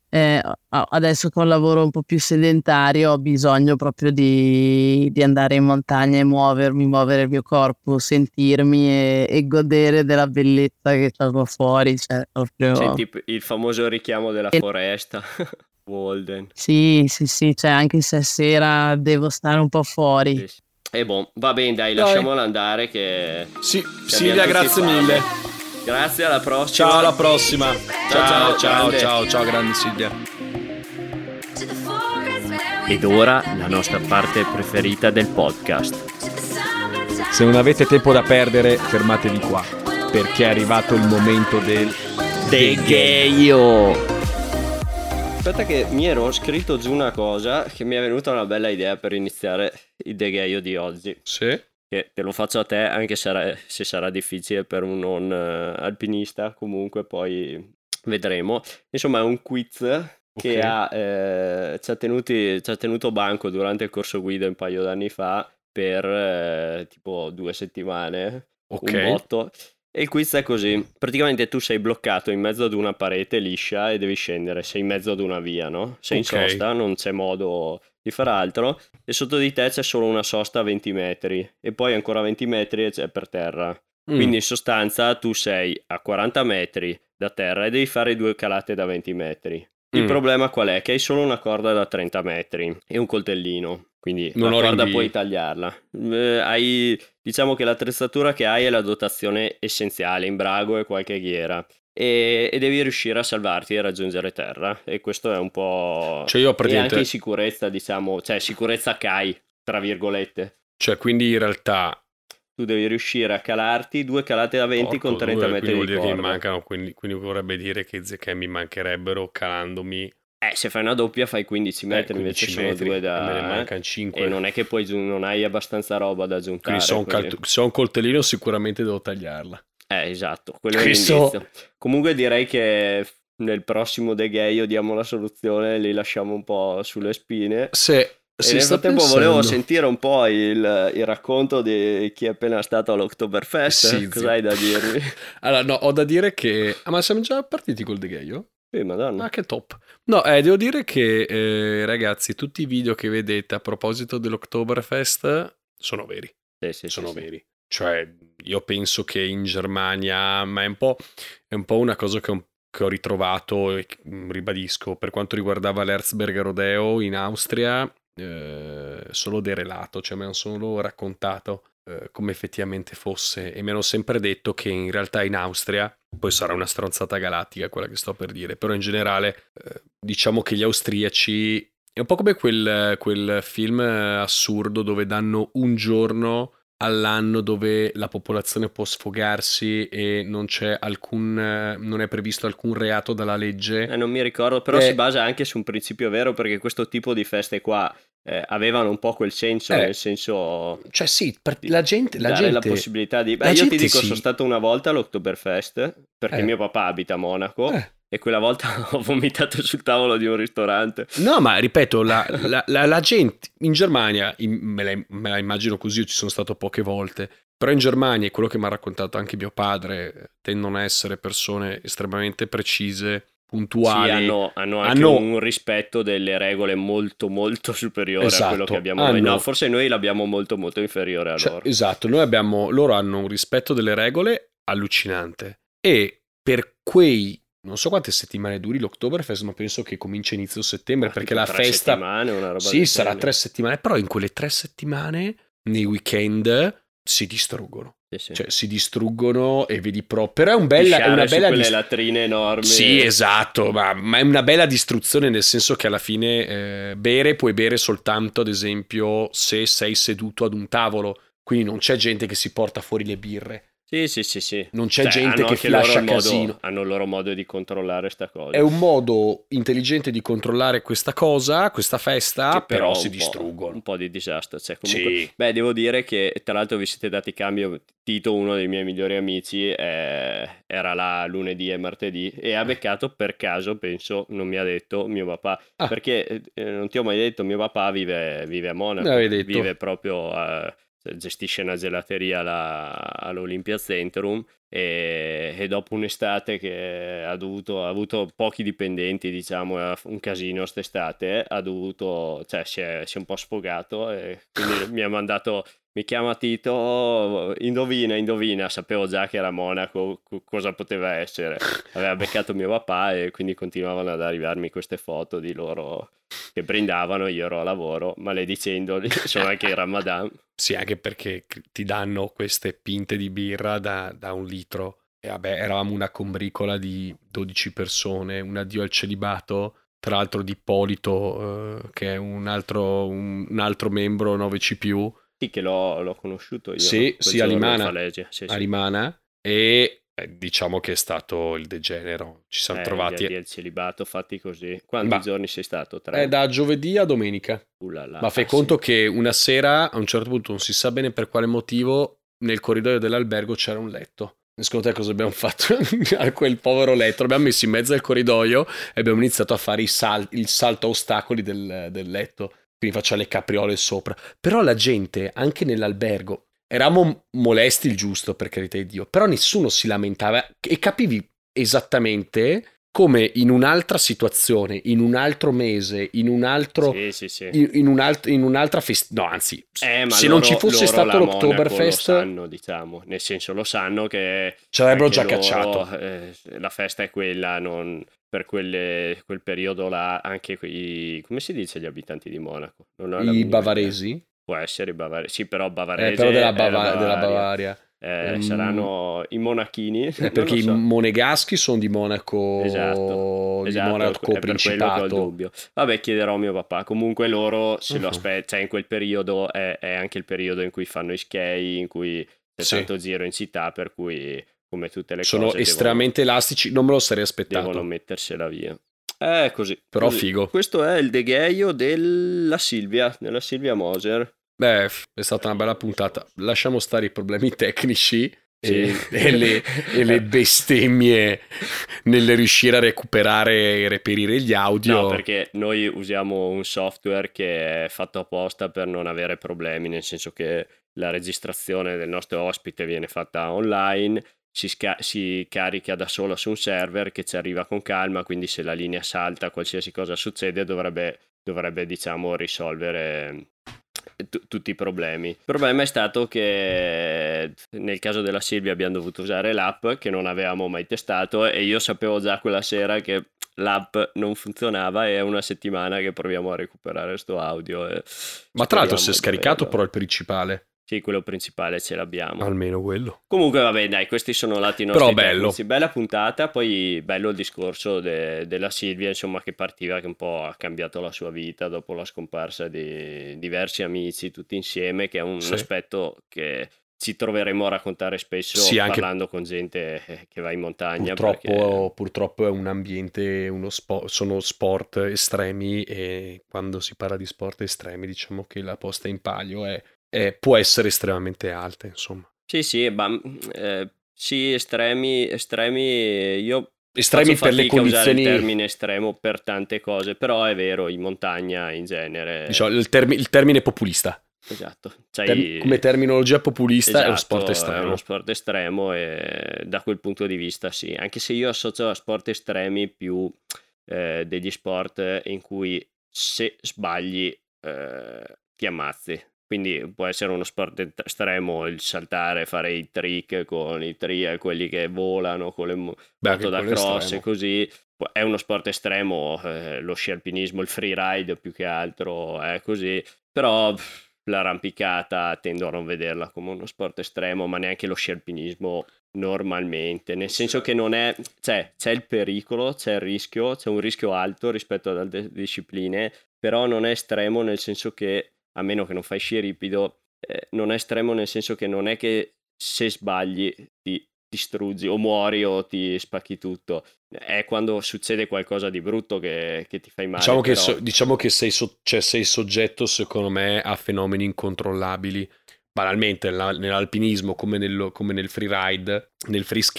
adesso che ho un lavoro un po' più sedentario ho bisogno proprio di andare in montagna e muovere il mio corpo, sentirmi e godere della bellezza che c'è qua fuori, cioè proprio... Senti il famoso richiamo della foresta. Walden. Sì, cioè anche se è sera devo stare un po' fuori. Sì. E va bene, dai, lasciamolo andare che... Sì, Silvia, grazie mille. Grazie, alla prossima. Ciao, alla prossima. Ciao, grande Silvia. Ed ora la nostra parte preferita del podcast. Se non avete tempo da perdere, fermatevi qua, perché è arrivato il momento del Degaio. Aspetta che mi ero scritto giù una cosa che mi è venuta una bella idea per iniziare il Degaio di oggi. Sì. Che te lo faccio a te, anche se sarà difficile per un non alpinista, comunque poi vedremo. Insomma è un quiz che ci ha tenuto banco durante il corso guida un paio d'anni fa per tipo 2 settimane, un botto. E il quiz è così: praticamente tu sei bloccato in mezzo ad una parete liscia e devi scendere, sei in mezzo ad una via, no? Sei in sosta, non c'è modo di fare altro, e sotto di te c'è solo una sosta a 20 metri e poi ancora 20 metri e c'è per terra. Quindi in sostanza tu sei a 40 metri da terra e devi fare 2 calate da 20 metri. Il problema qual è? Che hai solo una corda da 30 metri e un coltellino. Quindi la corda puoi tagliarla. Diciamo che l'attrezzatura che hai è la dotazione essenziale, imbrago e qualche ghiera. E devi riuscire a salvarti e raggiungere terra. E questo è un po'... Cioè io praticamente... E anche in sicurezza, diciamo, cioè sicurezza CAI, tra virgolette. Cioè quindi in realtà... Tu devi riuscire a calarti 2 calate da 20 con 30 metri di corda. Vuol dire che mi mancano, quindi vorrebbe dire che mi mancherebbero calandomi... se fai una doppia fai 15 metri, 15 invece metri, sono 2 da... me ne mancano 5. E non è che poi non hai abbastanza roba da aggiuntare. Quindi se ho un coltellino sicuramente devo tagliarla. Esatto, quello è l'indizio. Comunque direi che nel prossimo Degaio diamo la soluzione, li lasciamo un po' sulle spine. E nel frattempo volevo sentire un po' il racconto di chi è appena stato all'Oktoberfest. Sì, cosa hai da dirmi? Allora, no, ho da dire che... ma siamo già partiti col Degaio? Sì, madonna. Ah, che top. No, devo dire che, ragazzi, tutti i video che vedete a proposito dell'Oktoberfest sono veri. Sì, sono veri. Cioè, io penso che in Germania, ma è un po' una cosa che ho ritrovato e ribadisco, per quanto riguardava l'Erzberger Rodeo in Austria, solo derelato, cioè mi hanno solo raccontato come effettivamente fosse, e mi hanno sempre detto che in realtà in Austria, poi sarà una stronzata galattica quella che sto per dire, però in generale diciamo che gli austriaci è un po' come quel film assurdo dove danno un giorno all'anno dove la popolazione può sfogarsi e non è previsto alcun reato dalla legge. Non mi ricordo, però si basa anche su un principio vero, perché questo tipo di feste qua avevano un po' quel senso, nel senso... Cioè sì, la gente... la possibilità di... io ti dico, sono stato una volta all'Oktoberfest, perché mio papà abita a Monaco, e quella volta ho vomitato sul tavolo di un ristorante. No, ma ripeto, la gente in Germania, me la immagino così, io ci sono stato poche volte, però in Germania, e quello che mi ha raccontato anche mio padre, tendono a essere persone estremamente precise, puntuali. Sì, hanno anche un rispetto delle regole molto molto superiore a quello che abbiamo noi. No, forse noi l'abbiamo molto molto inferiore a loro. Esatto, loro hanno un rispetto delle regole allucinante, e per quei... non so quante settimane duri l'Oktoberfest, ma penso che comincia inizio settembre, perché la festa... 3 settimane, una roba sì, sarà 3 settimane, però in quelle 3 settimane, nei weekend, si distruggono. Sì. Cioè, si distruggono e vedi proprio... Però è una bella... quelle latrine enormi. Sì, esatto, ma è una bella distruzione, nel senso che alla fine puoi bere soltanto, ad esempio, se sei seduto ad un tavolo. Quindi non c'è gente che si porta fuori le birre. Sì. Non c'è gente che flasha casino. Hanno il loro modo di controllare sta cosa. È un modo intelligente di controllare questa cosa, questa festa, che però si distruggono. Un po' di disastro. Cioè, comunque, sì. Beh, devo dire che tra l'altro vi siete dati cambio. Tito, uno dei miei migliori amici, era là lunedì e martedì e ha beccato per caso, penso, non mi ha detto mio papà. Perché non ti ho mai detto, mio papà vive a Monaco. Vive proprio gestisce una gelateria all'Olympia Centrum e dopo un'estate che ha avuto pochi dipendenti, diciamo, un casino quest'estate, si è un po' sfogato e quindi mi chiama Tito, indovina, sapevo già che era Monaco, cosa poteva essere, aveva beccato mio papà e quindi continuavano ad arrivarmi queste foto di loro che brindavano, io ero a lavoro, maledicendoli, sono anche in Ramadan. Sì, anche perché ti danno queste pinte di birra da 1 litro e vabbè, eravamo una combricola di 12 persone, un addio al celibato, tra l'altro di Ippolito, che è un altro membro 9C+. Sì, che l'ho conosciuto io. Sì, a Limana. Sì. A Limana. E diciamo che è stato il degenero. Ci siamo trovati. Il celibato fatti così. Quanti giorni sei stato? 3? Da giovedì a domenica. Ma fai conto che una sera, a un certo punto, non si sa bene per quale motivo, nel corridoio dell'albergo c'era un letto. Secondo te cosa abbiamo fatto a quel povero letto? L'abbiamo messo in mezzo al corridoio e abbiamo iniziato a fare il salto a ostacoli del letto. Quindi faccia le capriole sopra. Però la gente, anche nell'albergo, eravamo molesti il giusto, per carità di Dio, però nessuno si lamentava e capivi esattamente come in un'altra situazione, in un altro mese, in un altro... Sì. In un'altra no, anzi, se non ci fosse stato l'Oktoberfest... Lo sanno, diciamo, nel senso lo sanno che... Ci avrebbero già cacciato. La festa è quella, non... Per quel periodo là, anche come si dice gli abitanti di Monaco? I bavaresi? Può essere i bavaresi, sì, però bavaresi però della Bavaria. Saranno i monachini. Perché i monegaschi sono di Monaco, esatto, di Monaco Principato. Ho il dubbio. Vabbè, chiederò a mio papà. Comunque loro se lo aspettano, cioè in quel periodo è anche il periodo in cui fanno i skei, in cui c'è tanto giro in città, per cui... come tutte le sono cose estremamente elastici, non me lo sarei aspettato. Devono mettersela via. Così. Però così. Figo. Questo è il degheio della Silvia Moser. Beh, è stata una bella puntata. Lasciamo stare i problemi tecnici e le bestemmie nel riuscire a recuperare e reperire gli audio. No, perché noi usiamo un software che è fatto apposta per non avere problemi, nel senso che la registrazione del nostro ospite viene fatta online, si carica da sola su un server che ci arriva con calma, quindi se la linea salta, qualsiasi cosa succede, dovrebbe diciamo risolvere tutti i problemi. Il problema è stato che nel caso della Silvia abbiamo dovuto usare l'app che non avevamo mai testato e io sapevo già quella sera che l'app non funzionava e è una settimana che proviamo a recuperare sto audio. Ma tra l'altro si è scaricato però il principale. Sì, quello principale ce l'abbiamo. Almeno quello. Comunque vabbè, dai, questi sono lati nostri. Però bello. Tecnici. Bella puntata, poi bello il discorso della Silvia, insomma, che partiva, che un po' ha cambiato la sua vita dopo la scomparsa di diversi amici tutti insieme, che è un aspetto che ci troveremo a raccontare spesso parlando con gente che va in montagna. Purtroppo è un ambiente, sono sport estremi e quando si parla di sport estremi diciamo che la posta in palio può essere estremamente alta, insomma. Sì, estremi, io estremi per le condizioni. Usare il termine estremo per tante cose, però è vero, in montagna in genere. Diciamo, il termine populista. Esatto. Come terminologia populista, esatto, è uno sport estremo. È uno sport estremo e da quel punto di vista sì, anche se io associo a sport estremi più degli sport in cui se sbagli ti ammazzi. Quindi può essere uno sport estremo il saltare, fare i trick con i trial, quelli che volano con le moto da cross e così. È uno sport estremo, lo sci alpinismo, il freeride più che altro è così. Però l'arrampicata tendo a non vederla come uno sport estremo, ma neanche lo sci alpinismo normalmente. Nel senso che non è... c'è il pericolo, c'è il rischio, c'è un rischio alto rispetto ad altre discipline, però non è estremo nel senso che a meno che non fai sci ripido, non è estremo nel senso che non è che se sbagli ti distruggi o muori o ti spacchi tutto, è quando succede qualcosa di brutto che ti fai male. Diciamo che sei soggetto secondo me a fenomeni incontrollabili. Banalmente nell'alpinismo come nel freeride, nel free ski,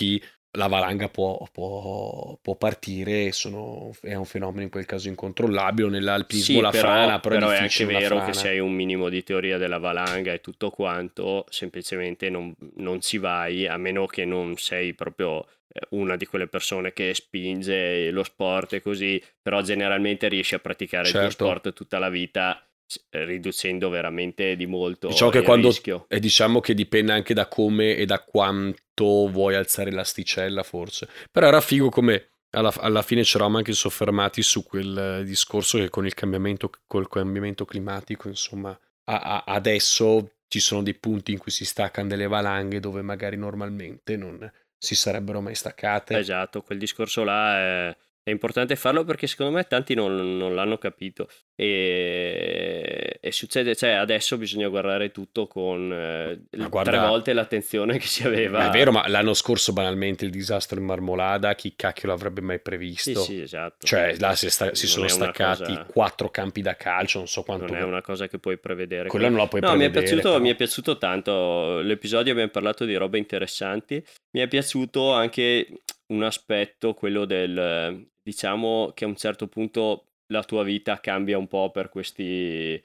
la valanga può partire e è un fenomeno in quel caso incontrollabile. Nell'alpinismo sì, la frana, però è anche vero che se frana. hai un minimo di teoria della valanga e tutto quanto, semplicemente non ci vai, a meno che non sei proprio una di quelle persone che spinge lo sport e così, però generalmente riesci a praticare il tuo Certo. sport tutta la vita, riducendo veramente di molto Diciamo che il rischio. E diciamo che dipende anche da come e da quanto vuoi alzare l'asticella, forse. Però era figo come alla fine ci eravamo anche soffermati su quel discorso che col cambiamento climatico, insomma, adesso ci sono dei punti in cui si staccano delle valanghe dove magari normalmente non si sarebbero mai staccate. Esatto, quel discorso là è importante farlo perché secondo me tanti non l'hanno capito e succede, cioè adesso bisogna guardare tutto con 3 volte l'attenzione che si aveva. È vero, ma l'anno scorso banalmente il disastro in Marmolada, chi cacchio l'avrebbe mai previsto? Sì, esatto. Cioè là si sono staccati 4 campi da calcio, non so quanto. Non è una cosa che puoi prevedere. Quella non la puoi prevedere. Mi è piaciuto tanto l'episodio, abbiamo parlato di robe interessanti, mi è piaciuto anche un aspetto, quello del, diciamo che a un certo punto la tua vita cambia un po' per queste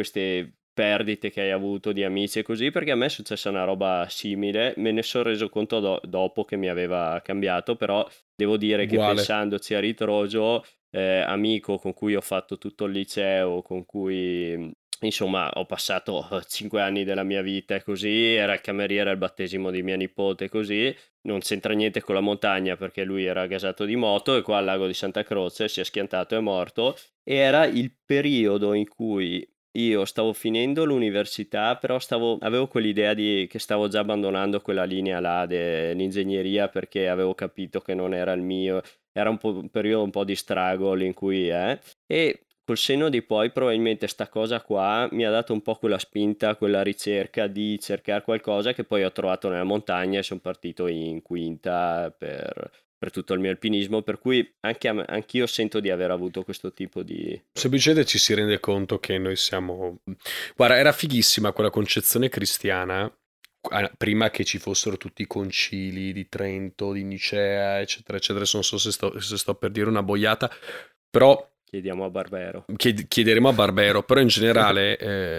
perdite che hai avuto di amici e così, perché a me è successa una roba simile, me ne sono reso conto dopo che mi aveva cambiato, però devo dire che pensandoci a ritroso, amico con cui ho fatto tutto il liceo, con cui insomma ho passato 5 anni della mia vita e così, era il cameriere al battesimo di mia nipote così, non c'entra niente con la montagna perché lui era gasato di moto e qua al lago di Santa Croce si è schiantato e è morto, e era il periodo in cui io stavo finendo l'università, però avevo quell'idea che stavo già abbandonando quella linea là dell'ingegneria perché avevo capito che non era il mio, era un periodo un po' di struggle in cui e col senno di poi probabilmente sta cosa qua mi ha dato un po' quella spinta, quella ricerca di cercare qualcosa che poi ho trovato nella montagna e sono partito in quinta per tutto il mio alpinismo, per cui anch'io sento di aver avuto questo tipo di... Semplicemente ci si rende conto che noi siamo... Guarda, era fighissima quella concezione cristiana, prima che ci fossero tutti i concili di Trento, di Nicea, eccetera, eccetera. Non so se sto per dire una boiata, però... Chiediamo a Barbero. Chiederemo a Barbero, però in generale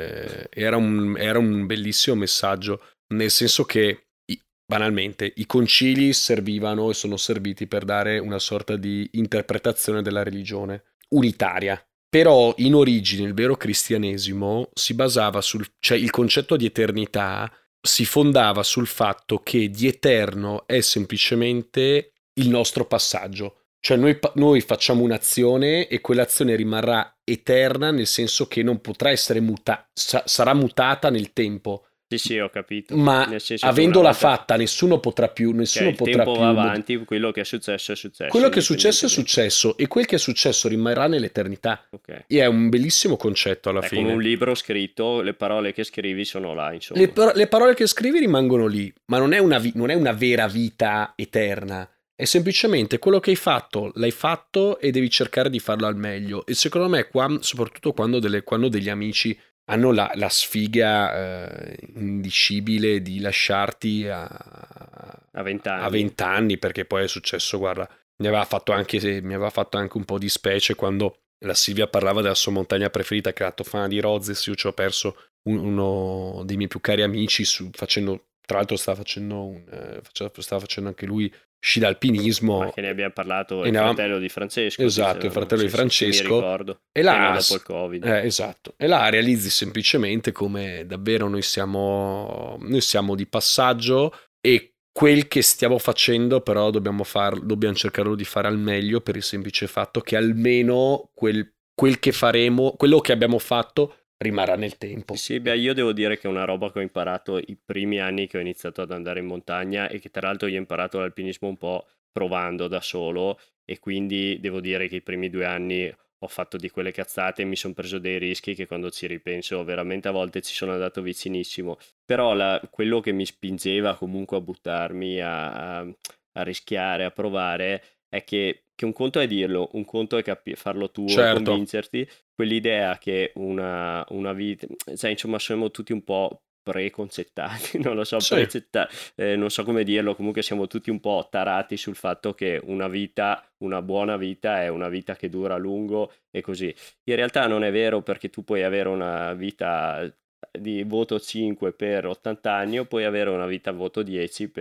era un bellissimo messaggio, nel senso che banalmente i concili servivano e sono serviti per dare una sorta di interpretazione della religione unitaria. Però in origine il vero cristianesimo si basava cioè il concetto di eternità si fondava sul fatto che di eterno è semplicemente il nostro passaggio. Cioè noi facciamo un'azione e quell'azione rimarrà eterna, nel senso che non potrà essere sarà mutata nel tempo. Sì, ho capito. Ma avendola fatta nessuno potrà più... Il tempo va avanti, quello che è successo è successo. Quello che è successo è successo e quel che è successo rimarrà nell'eternità. Okay. E è un bellissimo concetto alla fine. Come un libro scritto, le parole che scrivi sono là, insomma. Le parole che scrivi rimangono lì, ma non è una vera vita eterna. È semplicemente quello che hai fatto, l'hai fatto e devi cercare di farlo al meglio. E secondo me, soprattutto quando degli amici hanno la sfiga indicibile di lasciarti a 20 anni. A 20 anni, perché poi è successo, guarda, mi aveva fatto anche un po' di specie quando la Silvia parlava della sua montagna preferita, che era Tofana di Rozes. Io ci ho perso uno dei miei più cari amici tra l'altro stava facendo anche lui sci d'alpinismo. Ma che ne abbiamo parlato, il fratello di Francesco. Esatto, il fratello di Francesco. Mi ricordo. E là, dopo il Covid. Esatto. E là realizzi semplicemente come davvero noi siamo di passaggio e quel che stiamo facendo però dobbiamo cercarlo di fare al meglio, per il semplice fatto che almeno quel che faremo, quello che abbiamo fatto rimarrà nel tempo. Sì, io devo dire che è una roba che ho imparato i primi anni che ho iniziato ad andare in montagna e che tra l'altro io ho imparato l'alpinismo un po' provando da solo, e quindi devo dire che i primi 2 anni ho fatto di quelle cazzate e mi sono preso dei rischi che quando ci ripenso veramente a volte ci sono andato vicinissimo, però quello che mi spingeva comunque a buttarmi, a rischiare, a provare, è che un conto è dirlo, un conto è farlo tu, certo, convincerti, quell'idea che una vita, cioè insomma siamo tutti un po' preconcettati, non lo so, Sì. non so come dirlo, comunque siamo tutti un po' tarati sul fatto che una buona vita è una vita che dura a lungo e così. In realtà non è vero, perché tu puoi avere una vita di voto 5 per 80 anni o puoi avere una vita voto 10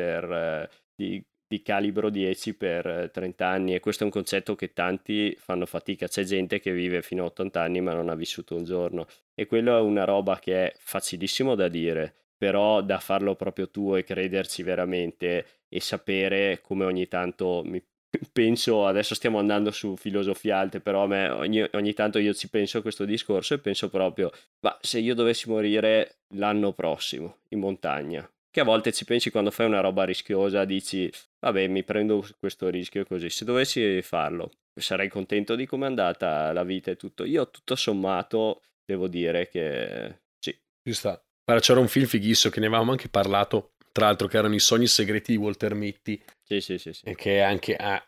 di calibro 10 per 30 anni, e questo è un concetto che tanti fanno fatica. C'è gente che vive fino a 80 anni ma non ha vissuto un giorno, e quello è una roba che è facilissimo da dire, però da farlo proprio tuo e crederci veramente e sapere, come ogni tanto penso, adesso stiamo andando su filosofie alte, però a me ogni tanto io ci penso a questo discorso e penso proprio, ma se io dovessi morire l'anno prossimo in montagna, che a volte ci pensi quando fai una roba rischiosa, dici vabbè, mi prendo questo rischio così, se dovessi farlo sarei contento di come è andata la vita e tutto. Io tutto sommato devo dire che sì. Ci sta. Guarda, c'era un film fighissimo che ne avevamo anche parlato, tra l'altro, che erano I sogni segreti di Walter Mitty. Sì. E che anche ha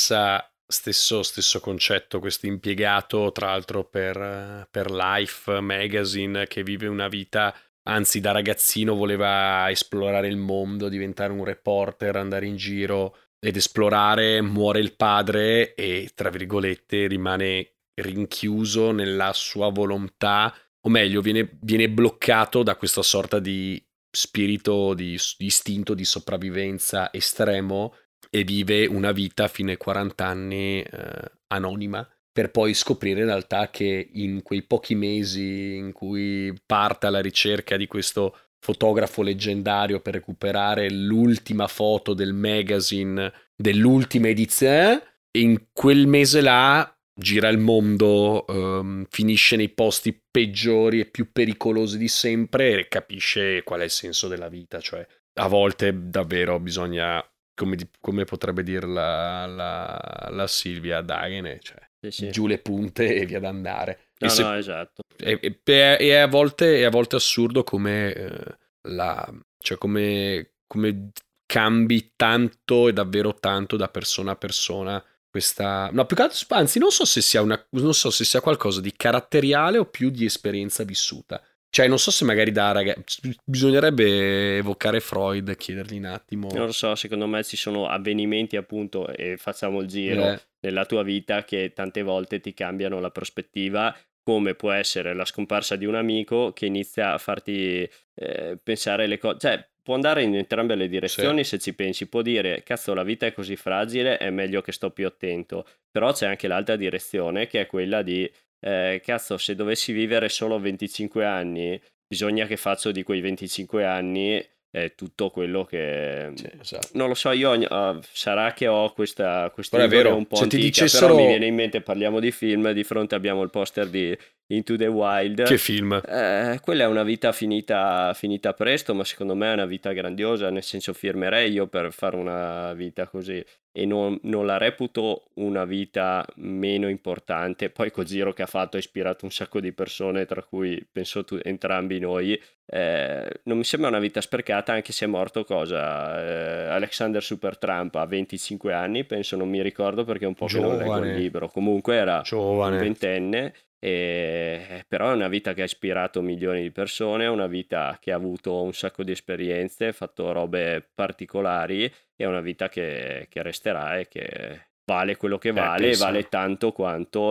stesso concetto, questo impiegato, tra l'altro per Life Magazine, che vive una vita, anzi da ragazzino voleva esplorare il mondo, diventare un reporter, andare in giro ed esplorare, muore il padre e, tra virgolette, rimane rinchiuso nella sua volontà, o meglio, viene bloccato da questa sorta di spirito, di istinto di sopravvivenza estremo, e vive una vita fino ai 40 anni anonima, per poi scoprire in realtà che in quei pochi mesi in cui parte alla ricerca di questo fotografo leggendario per recuperare l'ultima foto del magazine dell'ultima edizione, in quel mese là gira il mondo, finisce nei posti peggiori e più pericolosi di sempre e capisce qual è il senso della vita. Cioè, a volte davvero bisogna, come potrebbe dire la Silvia Dagene, cioè Sì. giù le punte e via d'andare. No, esatto. E a volte è assurdo come come cambi tanto e davvero tanto da persona a persona. No, più che altro, anzi, non so se sia qualcosa di caratteriale o più di esperienza vissuta. Cioè, non so se magari bisognerebbe evocare Freud, chiedergli un attimo. Non lo so, secondo me ci sono avvenimenti, appunto, e facciamo il giro nella tua vita che tante volte ti cambiano la prospettiva, come può essere la scomparsa di un amico che inizia a farti pensare le cose. Cioè, può andare in entrambe le direzioni, se ci pensi. Può dire, cazzo, la vita è così fragile, è meglio che sto più attento. Però c'è anche l'altra direzione, che è quella di cazzo, se dovessi vivere solo 25 anni, bisogna che faccio di quei 25 anni tutto quello che... esatto. Non lo so, io sarà che ho questa idea un po' se antica, ti dicessero... però mi viene in mente, parliamo di film, di fronte abbiamo il poster di Into the Wild. Che film? Quella è una vita finita presto, ma secondo me è una vita grandiosa, nel senso firmerei io per fare una vita così, e non la reputo una vita meno importante. Poi col giro che ha fatto ha ispirato un sacco di persone, tra cui penso entrambi noi. Non mi sembra una vita sprecata, anche se è morto Alexander Supertramp a 25 anni, penso, non mi ricordo perché è un po' che non leggo il libro, comunque era un ventenne. Però è una vita che ha ispirato milioni di persone, è una vita che ha avuto un sacco di esperienze, fatto robe particolari, è una vita che resterà e che vale quello che vale, vale tanto quanto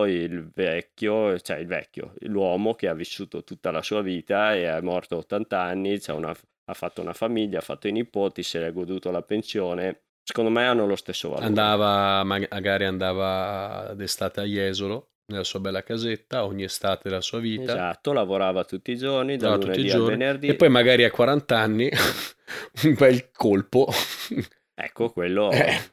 l'uomo che ha vissuto tutta la sua vita e è morto a 80 anni, ha fatto una famiglia, ha fatto i nipoti, se l'è goduto la pensione. Secondo me hanno lo stesso valore. Magari andava d'estate a Jesolo, nella sua bella casetta, ogni estate della sua vita. Esatto, lavorava tutti i giorni, da lunedì al venerdì. E poi magari a 40 anni un bel colpo. Ecco, quello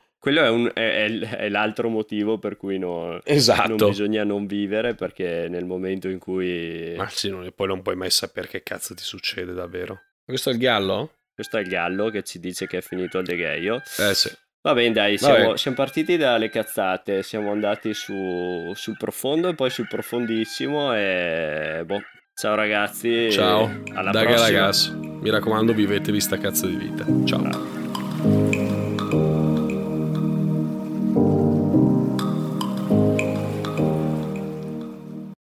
è l'altro motivo per cui non bisogna non vivere, perché nel momento in cui... Ma sì, poi non puoi mai sapere che cazzo ti succede davvero. Questo è il gallo? Questo è il gallo che ci dice che è finito il degheio. Sì. Va bene, dai, siamo partiti dalle cazzate, siamo andati sul profondo e poi sul profondissimo e ciao ragazzi. Ciao. Alla prossima. Ragazzi, mi raccomando, vivetevi sta cazzo di vita. Ciao.